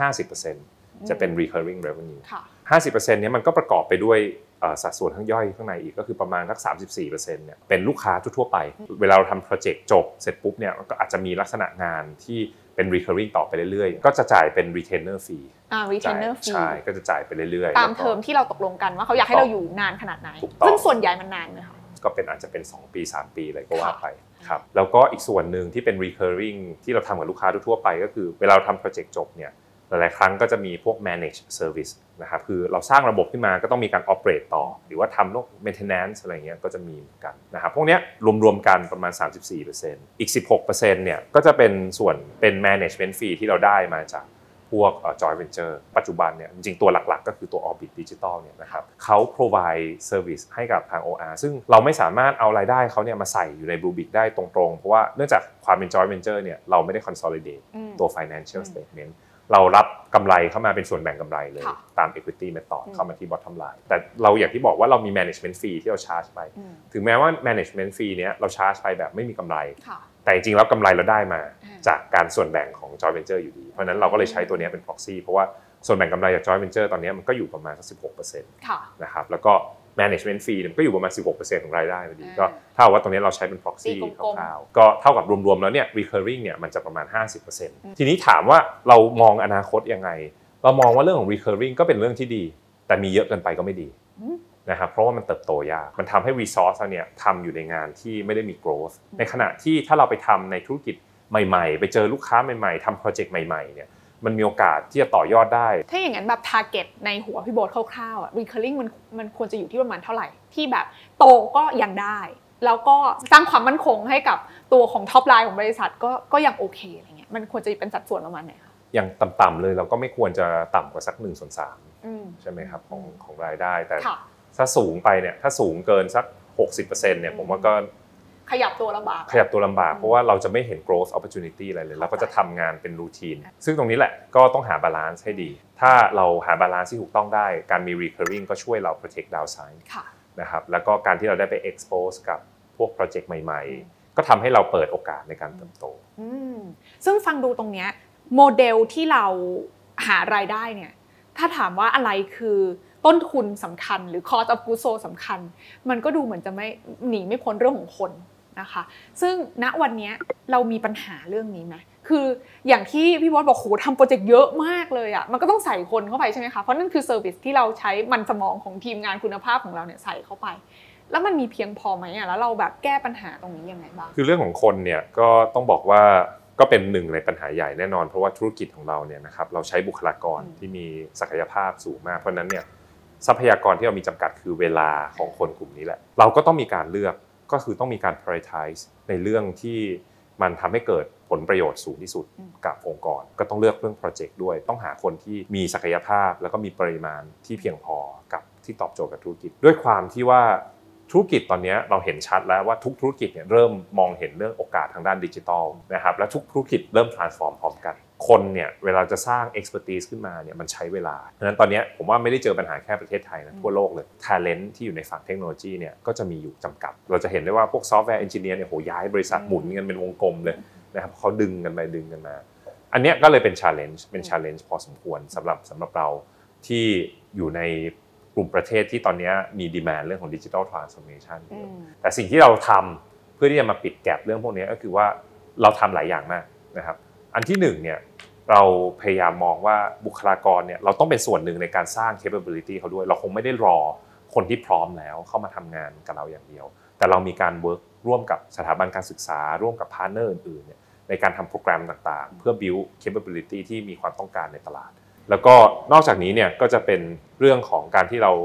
50% จะเป็น recurring revenue 50% เนี้ยมันก็ประกอบไปด้วยสัดส่วนข้างย่อยข้างในอีกก็คือประมาณสัก 34% เนี่ยเป็นลูกค้าทั่วไปเวลาเราทำโปรเจกต์จบเสร็จปุ๊บเนี่ยก็อาจจะมีลักษณะงานที่เป็น recurring ต่อไปเรื่อยๆก็จะจ่ายเป็น retainer fee retainer fee ใช่ก็จะจ่ายไปเรื่อยๆตามเทอมที่เราตกลงกันว่าเขาอยากให้เราอยู่นานขนาดไหนซึ่งส่วนใหญ่มันนานไหมคะก็เป็นอาจจะเป็น2 ปี 3 ปีอะไรก็ว่าไปครับแล้วก็อีกส่วนหนึ่งที่เป็น recurring ที่เราทำกับลูกค้าทั่วไปก็คือเวลาเราทำโปรเจกต์จบเนี่ยหลายๆครั้งก็จะมีพวก manage service นะครับคือเราสร้างระบบขึ้นมาก็ต้องมีการ operate ต่อหรือว่าทำพวก maintenance อะไรเงี้ยก็จะมีเหมือนกันนะครับพวกเนี้ยรวมๆกันประมาณ 34% อีก 16% เนี่ยก็จะเป็นส่วนเป็น management fee ที่เราได้มาจากพวกjoint venture ปัจจุบันเนี่ยจริงๆตัวหลักๆก็คือตัว Orbit Digital เนี่ยนะครับเขา provide service ให้กับทาง OR ซึ่งเราไม่สามารถเอารายได้เขาเนี่ยมาใส่อยู่ใน Bluebiq ได้ตรงๆเพราะว่าเนื่องจากความเป็น joint venture เนี่ยเราไม่ได้ consolidate ตัว financial statement เรารับกำไรเข้ามาเป็นส่วนแบ่งกำไรเลยตาม equity method เข้ามาที่ bottom line แต่เราอย่างที่บอกว่าเรามี management fee ที่เรา charge ไปถึงแม้ว่า management fee เนี้ยเรา charge ไปแบบไม่มีกำไรแต่จริงๆแล้วกำไรเราได้มาจากการส่วนแบ่งของ joint venture อยู่ดีเพราะนั้นเราก็เลยใช้ตัวนี้เป็น proxy เพราะว่าส่วนแบ่งกำไรจาก joint venture ตอนนี้มันก็อยู่ประมาณสัก 16% นะครับแล้วก็ management fee มันก็อยู่ประมาณ 16% ของรายได้พอดีก็เท่าว่าตรงนี้เราใช้เป็น proxy คร่าวๆก็เท่ากับรวมๆแล้วเนี่ย recurring เนี่ยมันจะประมาณ 50% ทีนี้ถามว่าเรามองอนาคตยังไงเรามองว่าเรื่องของ recurring ก็เป็นเรื่องที่ดีแต่มีเยอะเกินไปก็ไม่ดีนะครับเพราะว่ามันเติบโตยากมันทำให้ resource เนี่ยทำอยู่ในงานที่ไม่ได้มี growth ในขณะที่ถ้าเราไปทำในธุรกิจใหม่ๆไปเจอลูกค้าใหม่ๆทำโปรเจกต์ใหม่ๆเนี่ยมันมีโอกาสที่จะต่อยอดได้ถ้าอย่างนั้นแบบ target ในหัวพี่โบ๊ทคร่าวๆrecurring มันควรจะอยู่ที่ประมาณเท่าไหร่ที่แบบโตก็ยังได้แล้วก็สร้างความมั่นคงให้กับตัวของ top line ของบริษัทก็ยังโอเคอะไรเงี้ยมันควรจะเป็นสัดส่วนประมาณไหนคะอย่างต่ำๆเลยเราก็ไม่ควรจะต่ำกว่าสัก1/3ใช่ไหมครับของรายได้แต่ถ้าสูงไปเนี่ยถ้าสูงเกินสัก 60% เนี่ยผมว่าก็ขยับตัวลำบากเพราะว่าเราจะไม่เห็น growth opportunity อะไรเลยเราก็จะทำงานเป็นรูทีนซึ่งตรงนี้แหละก็ต้องหา balance ให้ดีถ้าเราหา balance ที่ถูกต้องได้การมี recurring ก็ช่วยเรา protect downside นะครับแล้วก็การที่เราได้ไป expose กับพวกโปรเจกต์ใหม่ๆก็ทำให้เราเปิดโอกาสในการเติบโตซึ่งฟังดูตรงนี้โมเดลที่เราหารายได้เนี่ยถ้าถามว่าอะไรคือต้นทุนสำคัญหรือ cost of goods sold สำคัญมันก็ดูเหมือนจะไม่หนีไม่พ้นเรื่องของคนนะคะซึ่งณวันนี้เรามีปัญหาเรื่องนี้ไหมคืออย่างที่พี่บอสบอกโหทำโปรเจกต์เยอะมากเลยอ่ะมันก็ต้องใส่คนเข้าไปใช่ไหมคะเพราะนั่นคือเซอร์วิสที่เราใช้มันสมองของทีมงานคุณภาพของเราเนี่ยใส่เข้าไปแล้วมันมีเพียงพอไหมอ่ะแล้วเราแบบแก้ปัญหาตรงนี้ยังไงบ้างคือเรื่องของคนเนี่ยก็ต้องบอกว่าก็เป็นหนึ่งในปัญหาใหญ่แน่นอนเพราะว่าธุรกิจของเราเนี่ยนะครับเราใช้บุคลากรที่มีศักยภาพสูงมากเพราะนั้นเนี่ยทรัพยากรที่เรามีจำกัดคือเวลาของคนกลุ่มนี้แหละเราก็ต้องมีการเลือกก็คือต้องมีการ prioritize ในเรื่องที่มันทำให้เกิดผลประโยชน์สูงที่สุดกับองค์กรก็ต้องเลือกเรื่องโปรเจกต์ด้วยต้องหาคนที่มีศักยภาพแล้วก็มีปริมาณที่เพียงพอกับที่ตอบโจทย์กับธุรกิจด้วยความที่ว่าธุรกิจตอนนี้เราเห็นชัดแล้วว่าทุกธุรกิจเนี่ยเริ่มมองเห็นเรื่องโอกาสทางด้านดิจิทัลนะครับและทุกธุรกิจเริ่ม transform พร้อมกันคนเนี่ยเวลาจะสร้าง expertise ขึ้นมาเนี่ยมันใช้เวลาเพราะฉะนั้นตอนนี้ผมว่าไม่ได้เจอปัญหาแค่ประเทศไทยนะทั่วโลกเลย talent ที่อยู่ในฝั่งเทคโนโลยีเนี่ยก็จะมีอยู่จำกัดเราจะเห็นได้ว่าพวกซอฟต์แวร์เอนจิเนียร์เนี่ยโหย้ายบริษัทหมุนกันเป็นวงกลมเลยนะครับเขาดึงกันไปดึงกันมาอันนี้ก็เลยเป็น challenge พอสมควรสำหรับเราที่อยู่ในกลุ่มประเทศที่ตอนนี้มี demand เรื่องของ digital transformation แต่สิ่งที่เราทำเพื่อที่จะมาปิดแก็ปเรื่องพวกนี้ก็คือว่าเราทำหลายอย่างมากนะครับอันที่หนึ่งเนี่ยเราพยายามมองว่าบุคลากรเนี่ยเราต้องเป็นส่วนหนึ่งในการสร้าง capability เขาด้วยเราคงไม่ได้รอคนที่พร้อมแล้วเข้ามาทำงานกับเราอย่างเดียวแต่เรามีการ work ร่วมกับสถาบันการศึกษาร่วมกับพาร์ทเนอร์อื่นๆเนี่ยในการทำโปรแกรมต่างๆเพื่อ build capability ที่มีความต้องการในตลาดแล้วก็นอกจากนี้เนี่ยก็จะเป็นเรื่องของการที่เรา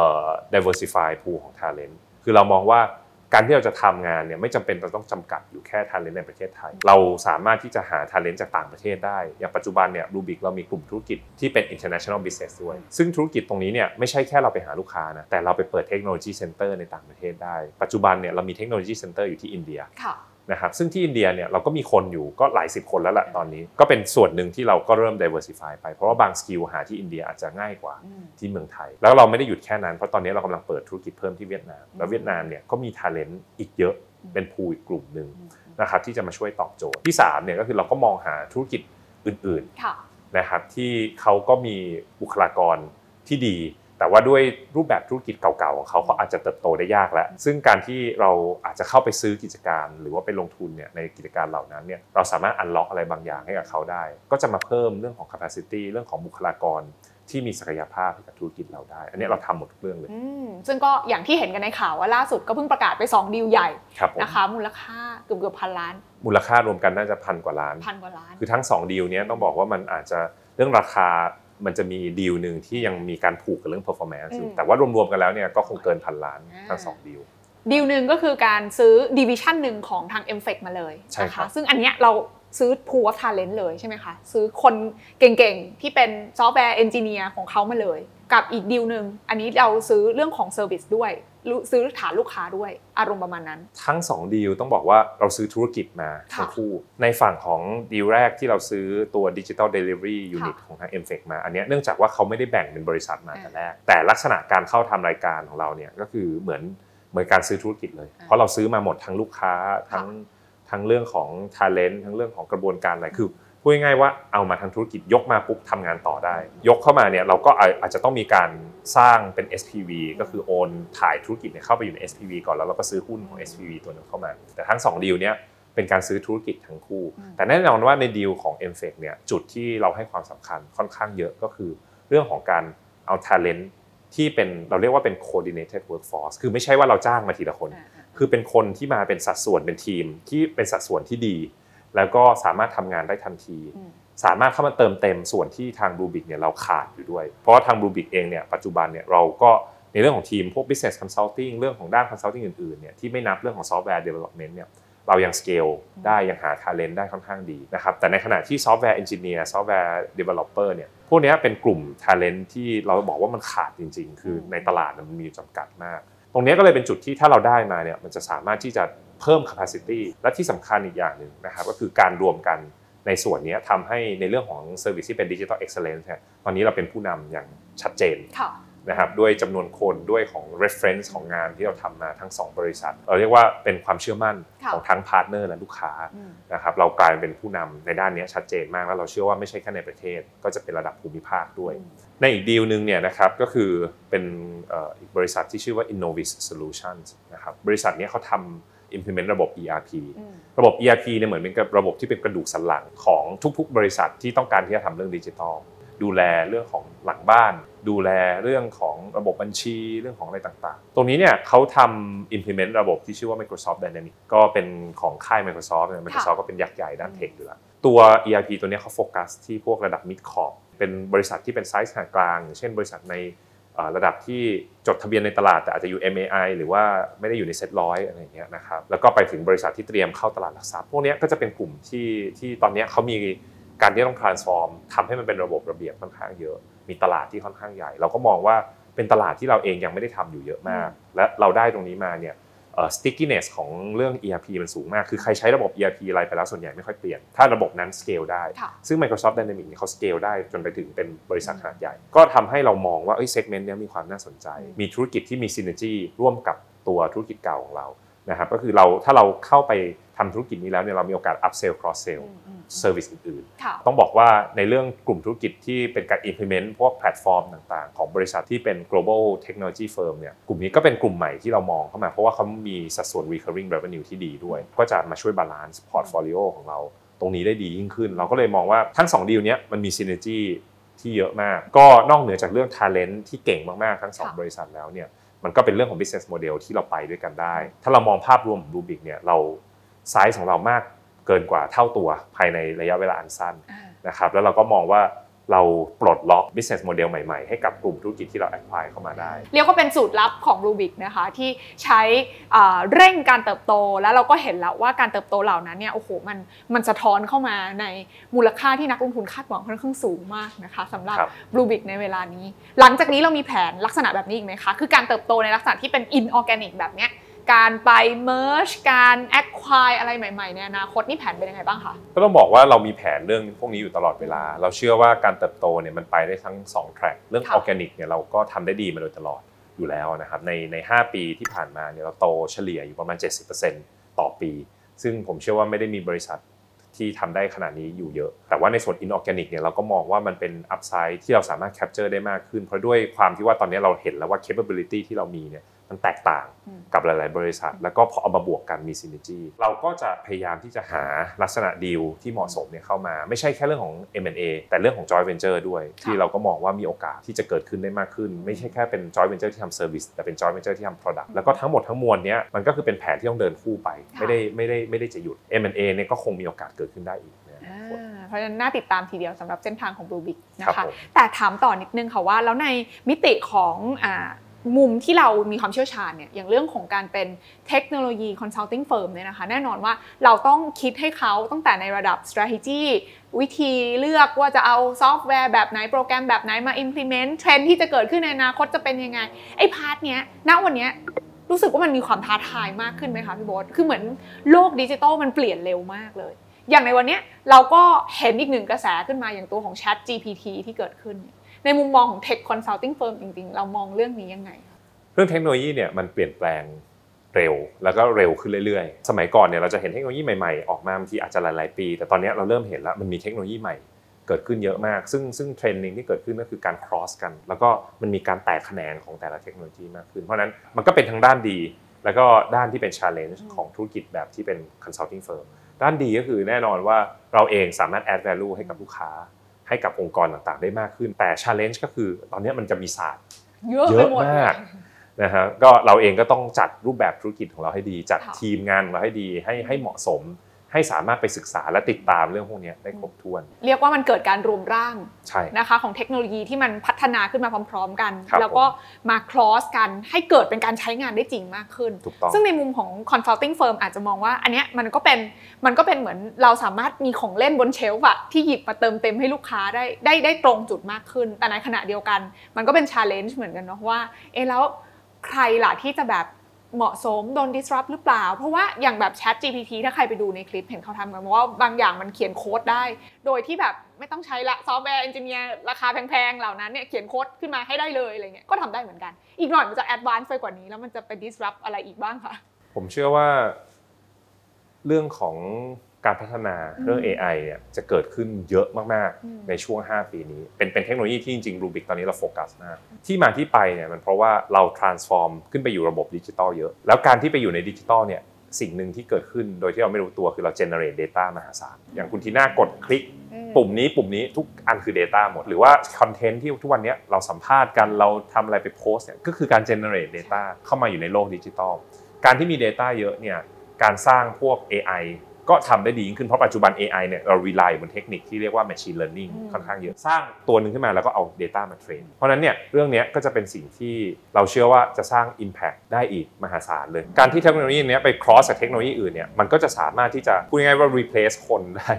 diversify pool ของ talent คือเรามองว่าการที่เราจะทำงานเนี่ยไม่จำเป็นต้องจำกัดอยู่แค่ talent ในประเทศไทยเราสามารถที่จะหา talent จากต่างประเทศได้อย่างปัจจุบันเนี่ย Rubik เรามีกลุ่มธุรกิจที่เป็น international business ด้วยซึ่งธุรกิจตรงนี้เนี่ยไม่ใช่แค่เราไปหาลูกค้านะแต่เราไปเปิด technology center ในต่างประเทศได้ปัจจุบันเนี่ยเรามี technology center อยู่ที่อินเดียนะครับซึ่งที่อินเดียเนี่ยเราก็มีคนอยู่ก็หลายสิบคนแล้วแหละตอนนี้ก็เป็นส่วนหนึ่งที่เราก็เริ่ม diversify ไปเพราะว่าบางสกิลหาที่อินเดียอาจจะง่ายกว่าที่เมืองไทยแล้วเราไม่ได้หยุดแค่นั้นเพราะตอนนี้เรากำลังเปิดธุรกิจเพิ่มที่เวียดนามแล้วเวียดนามเนี่ยก็มี talent อีกเยอะเป็นพูลอีกกลุ่มนึงนะครับที่จะมาช่วยตอบโจทย์ที่3เนี่ยก็คือเราก็มองหาธุรกิจอื่นๆนะครับที่เขาก็มีบุคลากรที่ดีแต่ว่าด้วยรูปแบบธุรกิจเก่าๆของเขาอาจจะเติบโตได้ยากแล้วซึ่งการที่เราอาจจะเข้าไปซื้อกิจการหรือว่าไปลงทุนเนี่ยในกิจการเหล่านั้นเนี่ยเราสามารถ unlock อะไรบางอย่างให้กับเขาได้ก็จะมาเพิ่มเรื่องของ capacity เรื่องของบุคลากรที่มีศักยภาพให้กับธุรกิจเราได้อันนี้เราทำหมดทุกเรื่องเลยซึ่งก็อย่างที่เห็นกันในข่าวว่าล่าสุดก็เพิ่งประกาศไป2ดีลใหญ่นะคะมูลค่าเกือบ1,000 ล้านมูลค่ารวมกันน่าจะ1,000 กว่าล้านคือทั้ง2ดีลนี้ต้องบอกว่ามันอาจจะเรื่องราคามันจะมีดีลนึงที่ยังมีการผูกกับเรื่อง performance อยู่แต่ว่ารวมๆกันแล้วเนี่ยก็คงเกิน1,000 ล้านทั้ง2ดีลนึงก็คือการซื้อ division นึงของทาง MFEC มาเลยนะคะซึ่งอันเนี้ยเราซื้อ pool of talent เลยใช่ไหมคะซื้อคนเก่งๆที่เป็นซอฟต์แวร์เอนจิเนียร์ของเขามาเลยกับอีกดีลนึงอันนี้เราซื้อเรื่องของ service ด้วยซื้อฐานลูกค้าด้วยอารมณ์ประมาณนั้นทั้ง2ดีลต้องบอกว่าเราซื้อธุรกิจมาทั้งคู่ในฝั่งของดีลแรกที่เราซื้อตัว Digital Delivery Unit ของทาง MFEC มาอันนี้เนื่องจากว่าเขาไม่ได้แบ่งเป็นบริษัทมาแต่แรกแต่ลักษณะการเข้าทำรายการของเราเนี่ยก็คือเหมือนการซื้อธุรกิจเลยเพราะเราซื้อมาหมดทั้งลูกค้าทั้งเรื่องของ talent ทั้งเรื่องของกระบวนการอะไรคือพูดง่ายๆว่าเอามาทางธุรกิจยกมาปุ๊บทำงานต่อได้ยกเข้ามาเนี่ยเราก็อาจจะต้องมีการสร้างเป็น SPV ก็คือโอนถ่ายธุรกิจเนี่ยเข้าไปอยู่ใน SPV ก่อนแล้วเราก็ซื้อหุ้นของ SPV ตัวนั้นเข้ามาแต่ทั้ง2ดีลเนี้ยเป็นการซื้อธุรกิจทั้งคู่แต่แน่นอนว่าในดีลของ MFEC เนี่ยจุดที่เราให้ความสำคัญค่อนข้างเยอะก็คือเรื่องของการเอา talent ที่เป็นเราเรียกว่าเป็น coordinated workforce คือไม่ใช่ว่าเราจ้างมาทีละคนคือเป็นคนที่มาเป็นสัดส่วนเป็นทีมที่เป็นสัดส่วนที่ดีแล้วก็สามารถทำงานได้ทันทีสามารถเข้ามาเติมเต็มส่วนที่ทาง Rubik เนี่ยเราขาดอยู่ด้วยเพราะว่าทาง Rubik เองเนี่ยปัจจุบันเนี่ยเราก็ในเรื่องของทีมพวก business consulting เรื่องของด้าน consulting อื่นๆเนี่ยที่ไม่นับเรื่องของ software development เนี่ยเรายัง scale ได้ยังหา talent ได้ค่อนข้างดีนะครับแต่ในขณะที่ software engineer software developer เนี่ยพวกนี้เป็นกลุ่ม talent ที่เราบอกว่ามันขาดจริงๆคือในตลาดมันมีจำกัดมากตรงนี้ก็เลยเป็นจุดที่ถ้าเราได้มาเนี่ยมันจะสามารถที่จะเพิ่ม capacity และที่สำคัญอีกอย่างนึงนะครับก็คือการรวมกันในส่วนนี้ทำให้ในเรื่องของ service ที่เป็น digital excellence เนี่ยตอนนี้เราเป็นผู้นำอย่างชัดเจนนะครับด้วยจำนวนคนด้วยของ reference ของงานที่เราทำมาทั้ง2บริษัทเราเรียกว่าเป็นความเชื่อมั่นของทั้งพาร์ทเนอร์และลูกค้านะครับเรากลายเป็นผู้นำในด้านนี้ชัดเจนมากแล้วเราเชื่อว่าไม่ใช่แค่ในประเทศก็จะเป็นระดับภูมิภาคด้วยในอีกดีลนึงเนี่ยนะครับก็คือเป็นอีกบริษัทที่ชื่อว่า Innovis Solutions นะครับบริษัทนี้เขาทำ implement ระบบ ERP ระบบ ERP เนี่ยเหมือนเป็นระบบที่เป็นกระดูกสันหลังของทุกๆบริษัทที่ต้องการที่จะทำเรื่องดิจิทัลดูแลเรื่องของหลังบ้านดูแลเรื่องของระบบบัญชีเรื่องของอะไรต่างๆตรงนี้เนี่ยเขาทำ implement ระบบที่ชื่อว่า Microsoft Dynamics ก็เป็นของค่าย Microsoft Microsoft ก็เป็นยักษ์ใหญ่ด้านเทคอยู่แล้วตัว ERP ตัวนี้เขาโฟกัสที่พวกระดับ Mid Corp เป็นบริษัทที่เป็นไซส์ขนาดกลางเช่นบริษัทในระดับที่จดทะเบียนในตลาดแต่อาจจะอยู่ MAI หรือว่าไม่ได้อยู่ในเซ็ต100อะไรอย่างเงี้ยนะครับแล้วก็ไปถึงบริษัทที่เตรียมเข้าตลาดหลักทรัพย์พวกนี้ก็จะเป็นกลุ่มที่ตอนนี้เขามีการที่ต้อง transform ทำให้มันเป็นระบบระเบียบค่อนข้างเยอะมีตลาดที่ค่อนข้างใหญ่เราก็มองว่าเเป็นตลาดที่เราเองยังไม่ได้ทำอยู่เยอะมากและเราได้ตรงนี้มาเนี่ยstickiness ของเรื่อง ERP มันสูงมากคือใครใช้ระบบ ERP อะไรไปแล้วส่วนใหญ่ไม่ค่อยเปลี่ยนถ้าระบบนั้น scale ได้ซึ่ง Microsoft Dynamics เขา scale ได้จนไปถึงเป็นบริษัทขนาดใหญ่ก็ทำให้เรามองว่าsegment นี้มีความน่าสนใจมีธุรกิจที่มี synergy ร่วมกับตัวธุรกิจเก่าของเรานะครับก็คือถ้าเราเข้าไปทำธุรกิจนี้แล้วเนี่ยเรามีโอกาส upsell cross sell service อื่นๆต้องบอกว่าในเรื่องกลุ่มธุรกิจที่เป็นการ implement พวกแพลตฟอร์มต่างๆของบริษัทที่เป็น global technology firm เนี่ยกลุ่มนี้ก็เป็นกลุ่มใหม่ที่เรามองเข้ามาเพราะว่าเขามีสัดส่วน recurring revenue ที่ดีด้วยก็จะมาช่วย balance portfolio ของเราตรงนี้ได้ดียิ่งขึ้นเราก็เลยมองว่าทั้ง2ดีลนี้มันมี synergy ที่เยอะมากก็นอกเหนือจากเรื่อง talent ที่เก่งมากๆทั้ง2บริษัทแล้วเนี่ยมันก็เป็นเรื่องของ business model ที่เราไปด้วยกันได้ถ้าเรามองภาพรวมของ Rubik เนี่ยเราไซส์ของเรามากเกินกว่าเท่าตัวภายในระยะเวลาอันสั้นนะครับแล้วเราก็มองว่าเราปลดล็อก business model ใหม่ๆให้กับกลุ่มธุรกิจที่เรา apply เข้ามาได้เรียกว่าเป็นสูตรลับของ Rubik นะคะที่ใช้เร่งการเติบโตแล้วเราก็เห็นแล้วว่าการเติบโตเหล่านั้นเนี่ยโอ้โหมันสะท้อนเข้ามาในมูลค่าที่นักลงทุนคาดหวังค่อนข้างสูงมากนะคะสำหรับ Rubik ในเวลานี้หลังจากนี้เรามีแผนลักษณะแบบนี้อีกไหมคะคือการเติบโตในลักษณะที่เป็น inorganic แบบเนี้ยการไป merge การ acquire อะไรใหม่ๆในอนาคตนี่แผนเป็นยังไงบ้างคะก็ต้องบอกว่าเรามีแผนเรื่องพวกนี้อยู่ตลอดเวลาเราเชื่อว่าการเติบโตเนี่ยมันไปได้ทั้ง2 track เรื่อง organic เนี่ยเราก็ทำได้ดีมาโดยตลอดอยู่แล้วนะครับใน5 ปีที่ผ่านมาเนี่ยเราโตเฉลี่ยอยู่ประมาณ 70% ต่อปีซึ่งผมเชื่อว่าไม่ได้มีบริษัทที่ทำได้ขนาดนี้อยู่เยอะแต่ว่าในส่วน inorganic เนี่ยเราก็มองว่ามันเป็น upside ที่เราสามารถ capture ได้มากขึ้นเพราะด้วยความที่ว่าตอนนี้เราเห็นแล้วว่า capability ที่เรามีเนี่ยมันแตกต่างกับหลายๆบริษัทแล้วก็พอเอามาบวกกันมี synergy เราก็จะพยายามที่จะหาลักษณะดีลที่เหมาะสมเนี่ยเข้ามาไม่ใช่แค่เรื่องของ M&A แต่เรื่องของ joint venture ด้วยที่เราก็มองว่ามีโอกาสที่จะเกิดขึ้นได้มากขึ้นไม่ใช่แค่เป็น joint venture ที่ทำ service แต่เป็น joint venture ที่ทำ product แล้วก็ทั้งหมดทั้งมวลเนี้ยมันก็คือเป็นแผนที่ต้องเดินคู่ไปไม่ได้จะหยุด M&A เนี่ยก็คงมีโอกาสเกิดขึ้นได้อีกเพราะฉะนั้นน่าติดตามทีเดียวสำหรับเส้นทางของ Rubik นะคะแต่ถามต่อนิดนึงค่ะว่าแล้วในมิติของมุมที่เรามีความเชี่ยวชาญเนี่ยอย่างเรื่องของการเป็นเทคโนโลยี consulting firm เนี่ยนะคะแน่นอนว่าเราต้องคิดให้เขาตั้งแต่ในระดับ strategy วิธีเลือกว่าจะเอาซอฟต์แวร์แบบไหนโปรแกรมแบบไหนมา implement เทรนด์ที่จะเกิดขึ้นในอนาคตจะเป็นยังไงไอ้พาร์ทเนี้ยณวันเนี้ยรู้สึกว่ามันมีความท้าทายมากขึ้นไหมคะพี่โบ๊ทคือเหมือนโลกดิจิทัลมันเปลี่ยนเร็วมากเลยอย่างในวันนี้เราก็เห็นอีกหนึ่งกระแสขึ้นมาอย่างตัวของ Chat GPT ที่เกิดขึ้นในมุมมองของ Tech Consulting Firm จริงๆเรามองเรื่องนี้ยังไงเรื่องเทคโนโลยีเนี่ยมันเปลี่ยนแปลงเร็วแล้วก็เร็วขึ้นเรื่อยๆสมัยก่อนเนี่ยเราจะเห็นเทคโนโลยีใหม่ๆออกมาบางทีอาจจะหลายๆปีแต่ตอนนี้เราเริ่มเห็นแล้วมันมีเทคโนโลยีใหม่เกิดขึ้นเยอะมากซึ่งเทรนด์นึงที่เกิดขึ้นก็คือการ cross กันแล้วก็มันมีการแตกแขนงของแต่ละเทคโนโลยีมากขึ้นเพราะนั้นมันก็เป็นทั้งด้านดีแล้วก็ด้านที่เป็น challenge ของธุรกิจแบบที่เป็น consulting firmด้านดีก็คือแน่นอนว่าเราเองสามารถ add value ให้กับลูกค้าให้กับองค์กรต่างๆได้มากขึ้นแต่ challenge ก็คือตอนนี้มันจะมีศาสตร์เยอะมากนะฮะก็เราเองก็ต้องจัดรูปแบบธุรกิจของเราให้ดีจัดทีมงานของเราให้ดีให้เหมาะสมให้สามารถไปศึกษาและติดตามเรื่องพวกนี้ได้ครบถ้วนเรียกว่ามันเกิดการรวมร่างนะคะของเทคโนโลยีที่มันพัฒนาขึ้นมาพร้อมๆกันแล้วก็มา cross กันให้เกิดเป็นการใช้งานได้จริงมากขึ้นซึ่งในมุมของ consulting firm อาจจะมองว่าอันเนี้ยมันก็เป็นเหมือนเราสามารถมีของเล่นบนเชลฟ์อะที่หยิบมาเติมเต็มให้ลูกค้าได้ตรงจุดมากขึ้นแต่ในขณะเดียวกันมันก็เป็น challenge เหมือนกันเนาะว่าแล้วใครล่ะที่จะแบบเหมาะสมโดน disrupt หรือเปล่าเพราะว่าอย่างแบบ Chat GPT ถ้าใครไปดูในคลิปเห็นเขาทำกันว่าบางอย่างมันเขียนโค้ดได้โดยที่แบบไม่ต้องใช้ละซอฟต์แวร์เอนจิเนียร์ราคาแพงๆเหล่านั้นเนี่ยเขียนโค้ดขึ้นมาให้ได้เลยอะไรเงี้ยก็ทำได้เหมือนกันอีกหน่อยมันจะ advance ไปกว่านี้แล้วมันจะไป disrupt อะไรอีกบ้างคะผมเชื่อว่าเรื่องของการพัฒนาเรื่อง AI เนี่ยจะเกิดขึ้นเยอะมากๆในช่วง5ปีนี้เป็นเทคโนโลยีที่จริงๆ Rubik ตอนนี้เราโฟกัสมากที่มาที่ไปเนี่ยมันเพราะว่าเรา transform ขึ้นไปอยู่ระบบดิจิทัลเยอะแล้วการที่ไปอยู่ในดิจิทัลเนี่ยสิ่งหนึ่งที่เกิดขึ้นโดยที่เราไม่รู้ตัวคือเรา generate data มหาศาลอย่างคุณทีน่ากดคลิกปุ่มนี้ทุกอันคือ data หมดหรือว่าคอนเทนต์ที่ทุกวันนี้เราสัมภาษณ์กันเราทำอะไรไปโพสต์เนี่ยก็คือการ generate data เข้ามาอยู่ในโลกดิจิทัลการที่มี data เยอะเนี่ยการสร้างพวก AIก็ทำได้ดียิ่งขึ้นเพราะปัจจุบัน AI เนี่ยเรา rely บนเทคนิคที่เรียกว่า machine learning ค่อนข้างเยอะสร้างตัวนึงขึ้นมาแล้วก็เอา data มาเทรนเพราะนั้นเนี่ยเรื่องนี้ก็จะเป็นสิ่งที่เราเชื่อว่าจะสร้าง impact ได้อีกมหาศาลเลยการที่เทคโนโลยีนี้ไป cross กับเทคโนโลยีอื่นเนี่ยมันก็จะสามารถที่จะพูดง่ายๆว่า replace คนได้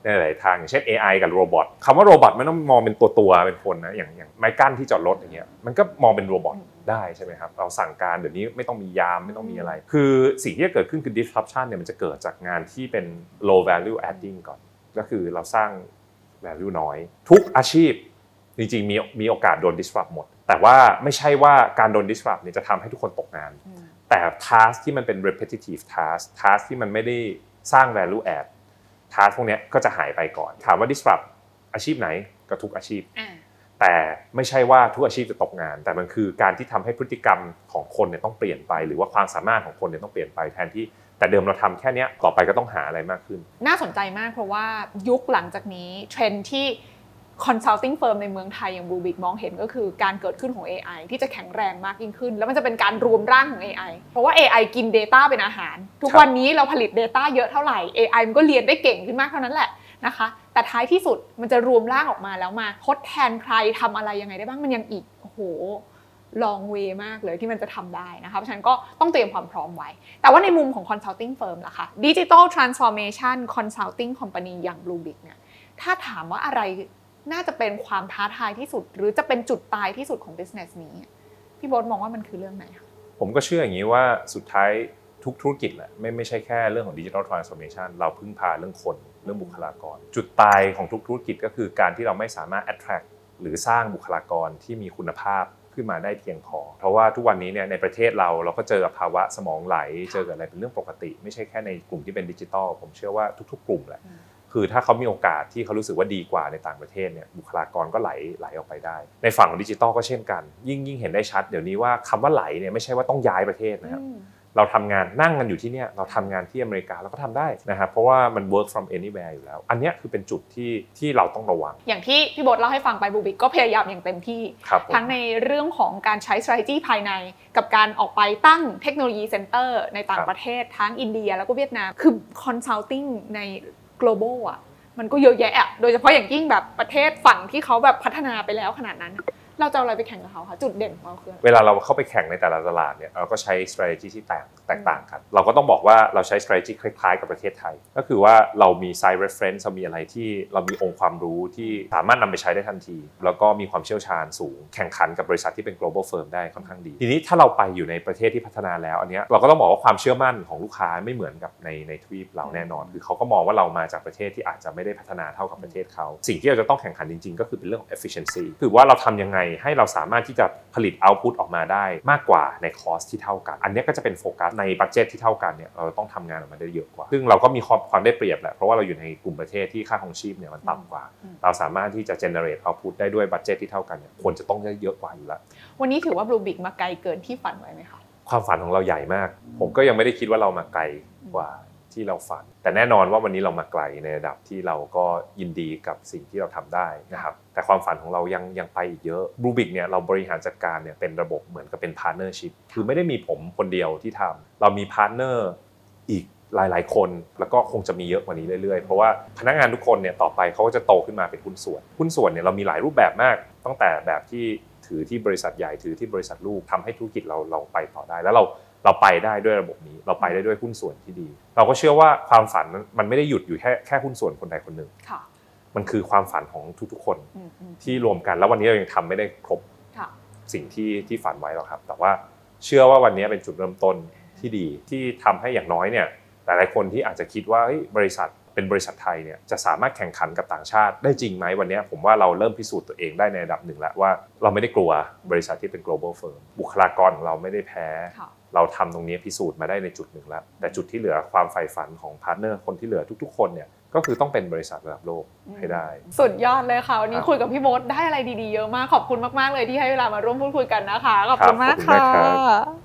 ในหลายทางอย่างเช่น AI กับโรบอทคำว่าโรบอทไม่ต้องมองเป็นตัวเป็นคนนะอย่างไม้กั้นที่จอดรถอย่างเงี้ยมันก็มองเป็นโรบอทได้ใช่ไหมครับเราสั่งการเดี๋ยวนี้ไม่ต้องมียามไม่ต้องมีอะไรคือสิ่งที่จะเกิดขึ้นคือ disruption เนี่ยมันจะเกิดจากงานที่เป็น low value adding ก่อนก็คือเราสร้าง value น้อยทุกอาชีพจริงๆมีโอกาสโดน disrupt หมดแต่ว่าไม่ใช่ว่าการโดน disrupt เนี่ยจะทำให้ทุกคนตกงานแต่ task ที่มันเป็น repetitive task ที่มันไม่ได้สร้าง value add task พวกนี้ก็จะหายไปก่อนถามว่า disrupt อาชีพไหนก็ทุกอาชีพแต่ไม่ใช่ว่าทุกอาชีพจะตกงานแต่มันคือการที่ทำให้พฤติกรรมของคนเนี่ยต้องเปลี่ยนไปหรือว่าความสามารถของคนเนี่ยต้องเปลี่ยนไปแทนที่แต่เดิมเราทำแค่นี้ต่อไปก็ต้องหาอะไรมากขึ้นน่าสนใจมากเพราะว่ายุคหลังจากนี้เทรนด์ที่ consulting firm ในเมืองไทยอย่าง Bluebeak มองเห็นก็คือการเกิดขึ้นของ AI ที่จะแข็งแรงมากยิ่งขึ้นแล้วมันจะเป็นการรวมร่างของ AI เพราะว่า AI กิน data เป็นอาหารทุกวันนี้เราผลิต data เยอะเท่าไหร่ AI มันก็เรียนได้เก่งขึ้นมากเท่านั้นแหละนะคะแต่ท้ายที่สุดมันจะรวมร่างออกมาแล้วมาทดแทนใครทำอะไรยังไงได้บ้างมันยังอีกโอ้โหlong way มากเลยที่มันจะทำได้นะคะเพราะฉะนั้นก็ต้องเตรียมความพร้อมไว้แต่ว่าในมุมของ consulting firm ล่ะคะ digital transformation consulting company อย่าง Bluebeak เนี่ยถ้าถามว่าอะไรน่าจะเป็นความท้าทายที่สุดหรือจะเป็นจุดตายที่สุดของ business นี้พี่โบ๊ทมองว่ามันคือเรื่องไหนคะผมก็เชื่ออย่างนี้ว่าสุดท้ายทุกธุรกิจแหละไม่ใช่แค่เรื่องของ digital transformation เราพึ่งพาเรื่องคนเรื่องบุคลากรจุดตายของทุกธุรกิจก็คือการที่เราไม่สามารถ attract หรือสร้างบุคลากรที่มีคุณภาพขึ้นมาได้เพียงพอเพราะว่าทุกวันนี้เนี่ยในประเทศเราก็เจอกับภาวะสมองไหลเจอกับอะไรเป็นเรื่องปกติไม่ใช่แค่ในกลุ่มที่เป็นดิจิทัลผมเชื่อว่าทุกๆกลุ่มแหละคือถ้าเขามีโอกาสที่เขารู้สึกว่าดีกว่าในต่างประเทศเนี่ยบุคลากรก็ไหลออกไปได้ในฝั่งของดิจิทัลก็เช่นกันยิ่งเห็นได้ชัดเดี๋ยวนี้ว่าคำว่าไหลเนี่ยไม่ใช่ว่าต้องย้ายประเทศนะครับเราทำงานนั่งกันอยู่ที่เนี่ยเราทำงานที่อเมริกาเราก็ทำได้นะครับเพราะว่ามัน work from anywhere อยู่แล้วอันนี้คือเป็นจุดที่เราต้องระวังอย่างที่พี่โบ๊ทเล่าให้ฟังไปBluebeakก็พยายามอย่างเต็มที่ทั้งในเรื่องของการใช้ strategy ภายในกับการออกไปตั้งเทคโนโลยีเซ็นเตอร์ในต่างประเทศทั้งอินเดียแล้วก็เวียดนามคือ consulting ใน global อ่ะมันก็เยอะแยะโดยเฉพาะอย่างยิ่งแบบประเทศฝั่งที่เขาแบบพัฒนาไปแล้วขนาดนั้นเราจะเอาอะไรไปแข่งกับเขาคะจุดเด่นของเราคือเวลาเราเข้าไปแข่งในแต่ละตลาดเนี่ยเราก็ใช้ strategy ที่แตกต่างกันเราก็ต้องบอกว่าเราใช้ strategy คล้ายๆกับประเทศไทยก็คือว่าเรามี side reference เรามีอะไรที่เรามีองค์ความรู้ที่สามารถนำไปใช้ได้ทันทีแล้วก็มีความเชี่ยวชาญสูงแข่งขันกับบริษัทที่เป็น global firm ได้ค่อนข้างดีทีนี้ถ้าเราไปอยู่ในประเทศที่พัฒนาแล้วอันนี้เราก็ต้องบอกว่าความเชื่อมั่นของลูกค้าไม่เหมือนกับในทวีปเราแน่นอนคือเขาก็มองว่าเรามาจากประเทศที่อาจจะไม่ได้พัฒนาเท่ากับประเทศเขาสิ่งที่เราจะต้องแข่งขันจริงๆก็คือเป็นเรื่องของ efficiency คือว่าเราทำยังไงให้เราสามารถที่จะผลิต output ออกมาได้มากกว่าในคอสที่เท่ากันอันนี้ก็จะเป็นโฟกัสในบัดเจ็ตที่เท่ากันเนี่ยเราต้องทำงานออกมาได้เยอะกว่าซึ่งเราก็มีความได้เปรียบแหละเพราะว่าเราอยู่ในกลุ่มประเทศที่ค่าครองชีพเนี่ยมันต่ำกว่าเราสามารถที่จะ generate output ได้ด้วยบัดเจ็ตที่เท่ากันเนี่ยควรจะต้องได้เยอะกว่าอยู่แล้ววันนี้ถือว่า Bluebeak มาไกลเกินที่ฝันไว้ไหมคะความฝันของเราใหญ่มากผมก็ยังไม่ได้คิดว่าเรามาไกลกว่าที่เราฝันแต่แน่นอนว่าวันนี้เรามาไกลในระดับที่เราก็ยินดีกับสิ่งที่เราทำได้นะครับแต่ความฝันของเรายังไปอีกเยอะ Bluebeak เนี่ยเราบริหารจัดการเนี่ยเป็นระบบเหมือนกับเป็น partnership คือไม่ได้มีผมคนเดียวที่ทำเรามีพาร์ทเนอร์อีกหลายๆคนแล้วก็คงจะมีเยอะกว่านี้เรื่อยๆเพราะว่าพนักงานทุกคนเนี่ยต่อไปเขาก็จะโตขึ้นมาเป็นหุ้นส่วนเนี่ยเรามีหลายรูปแบบมากตั้งแต่แบบที่ถือที่บริษัทใหญ่ถือที่บริษัทลูกทำให้ธุรกิจเราไปต่อได้แล้วเราไปได้ด้วยระบบนี้เราไปได้ด้วยหุ้นส่วนที่ดีเราก็เชื่อว่าความฝันมันไม่ได้หยุดอยู่แค่หุ้นส่วนคนใดคนหนึ่งมันคือความฝันของทุกๆคนที่รวมกันแล้ววันนี้เรายังทำไม่ได้ครบสิ่งที่ฝันไว้หรอกครับแต่ว่าเชื่อว่าวันนี้เป็นจุดเริ่มต้นที่ดีที่ทำให้อย่างน้อยเนี่ยหลายๆคนที่อาจจะคิดว่าบริษัทเป็นบริษัทไทยเนี่ยจะสามารถแข่งขันกับต่างชาติได้จริงไหมวันนี้ผมว่าเราเริ่มพิสูจน์ตัวเองได้ในระดับหนึ่งแล้วว่าเราไม่ได้กลัวบริษัทที่เป็น global firm บุคลากรของเราไม่ได้แพ้เราทำตรงนี้พิสูจน์มาได้ในจุดหนึ่งแล้วแต่จุดที่เหลือความใฝ่ฝันของพาร์ทเนอร์คนที่เหลือทุกๆคนเนี่ยก็คือต้องเป็นบริษัทระดับโลกให้ได้สุดยอดเลยค่ะวันนี้คุยกับพี่โบ๊ทได้อะไรดีๆเยอะมากขอบคุณมากๆเลยที่ให้เวลามาร่วมพูดคุยกันนะคะขอบคุณมากค่ะ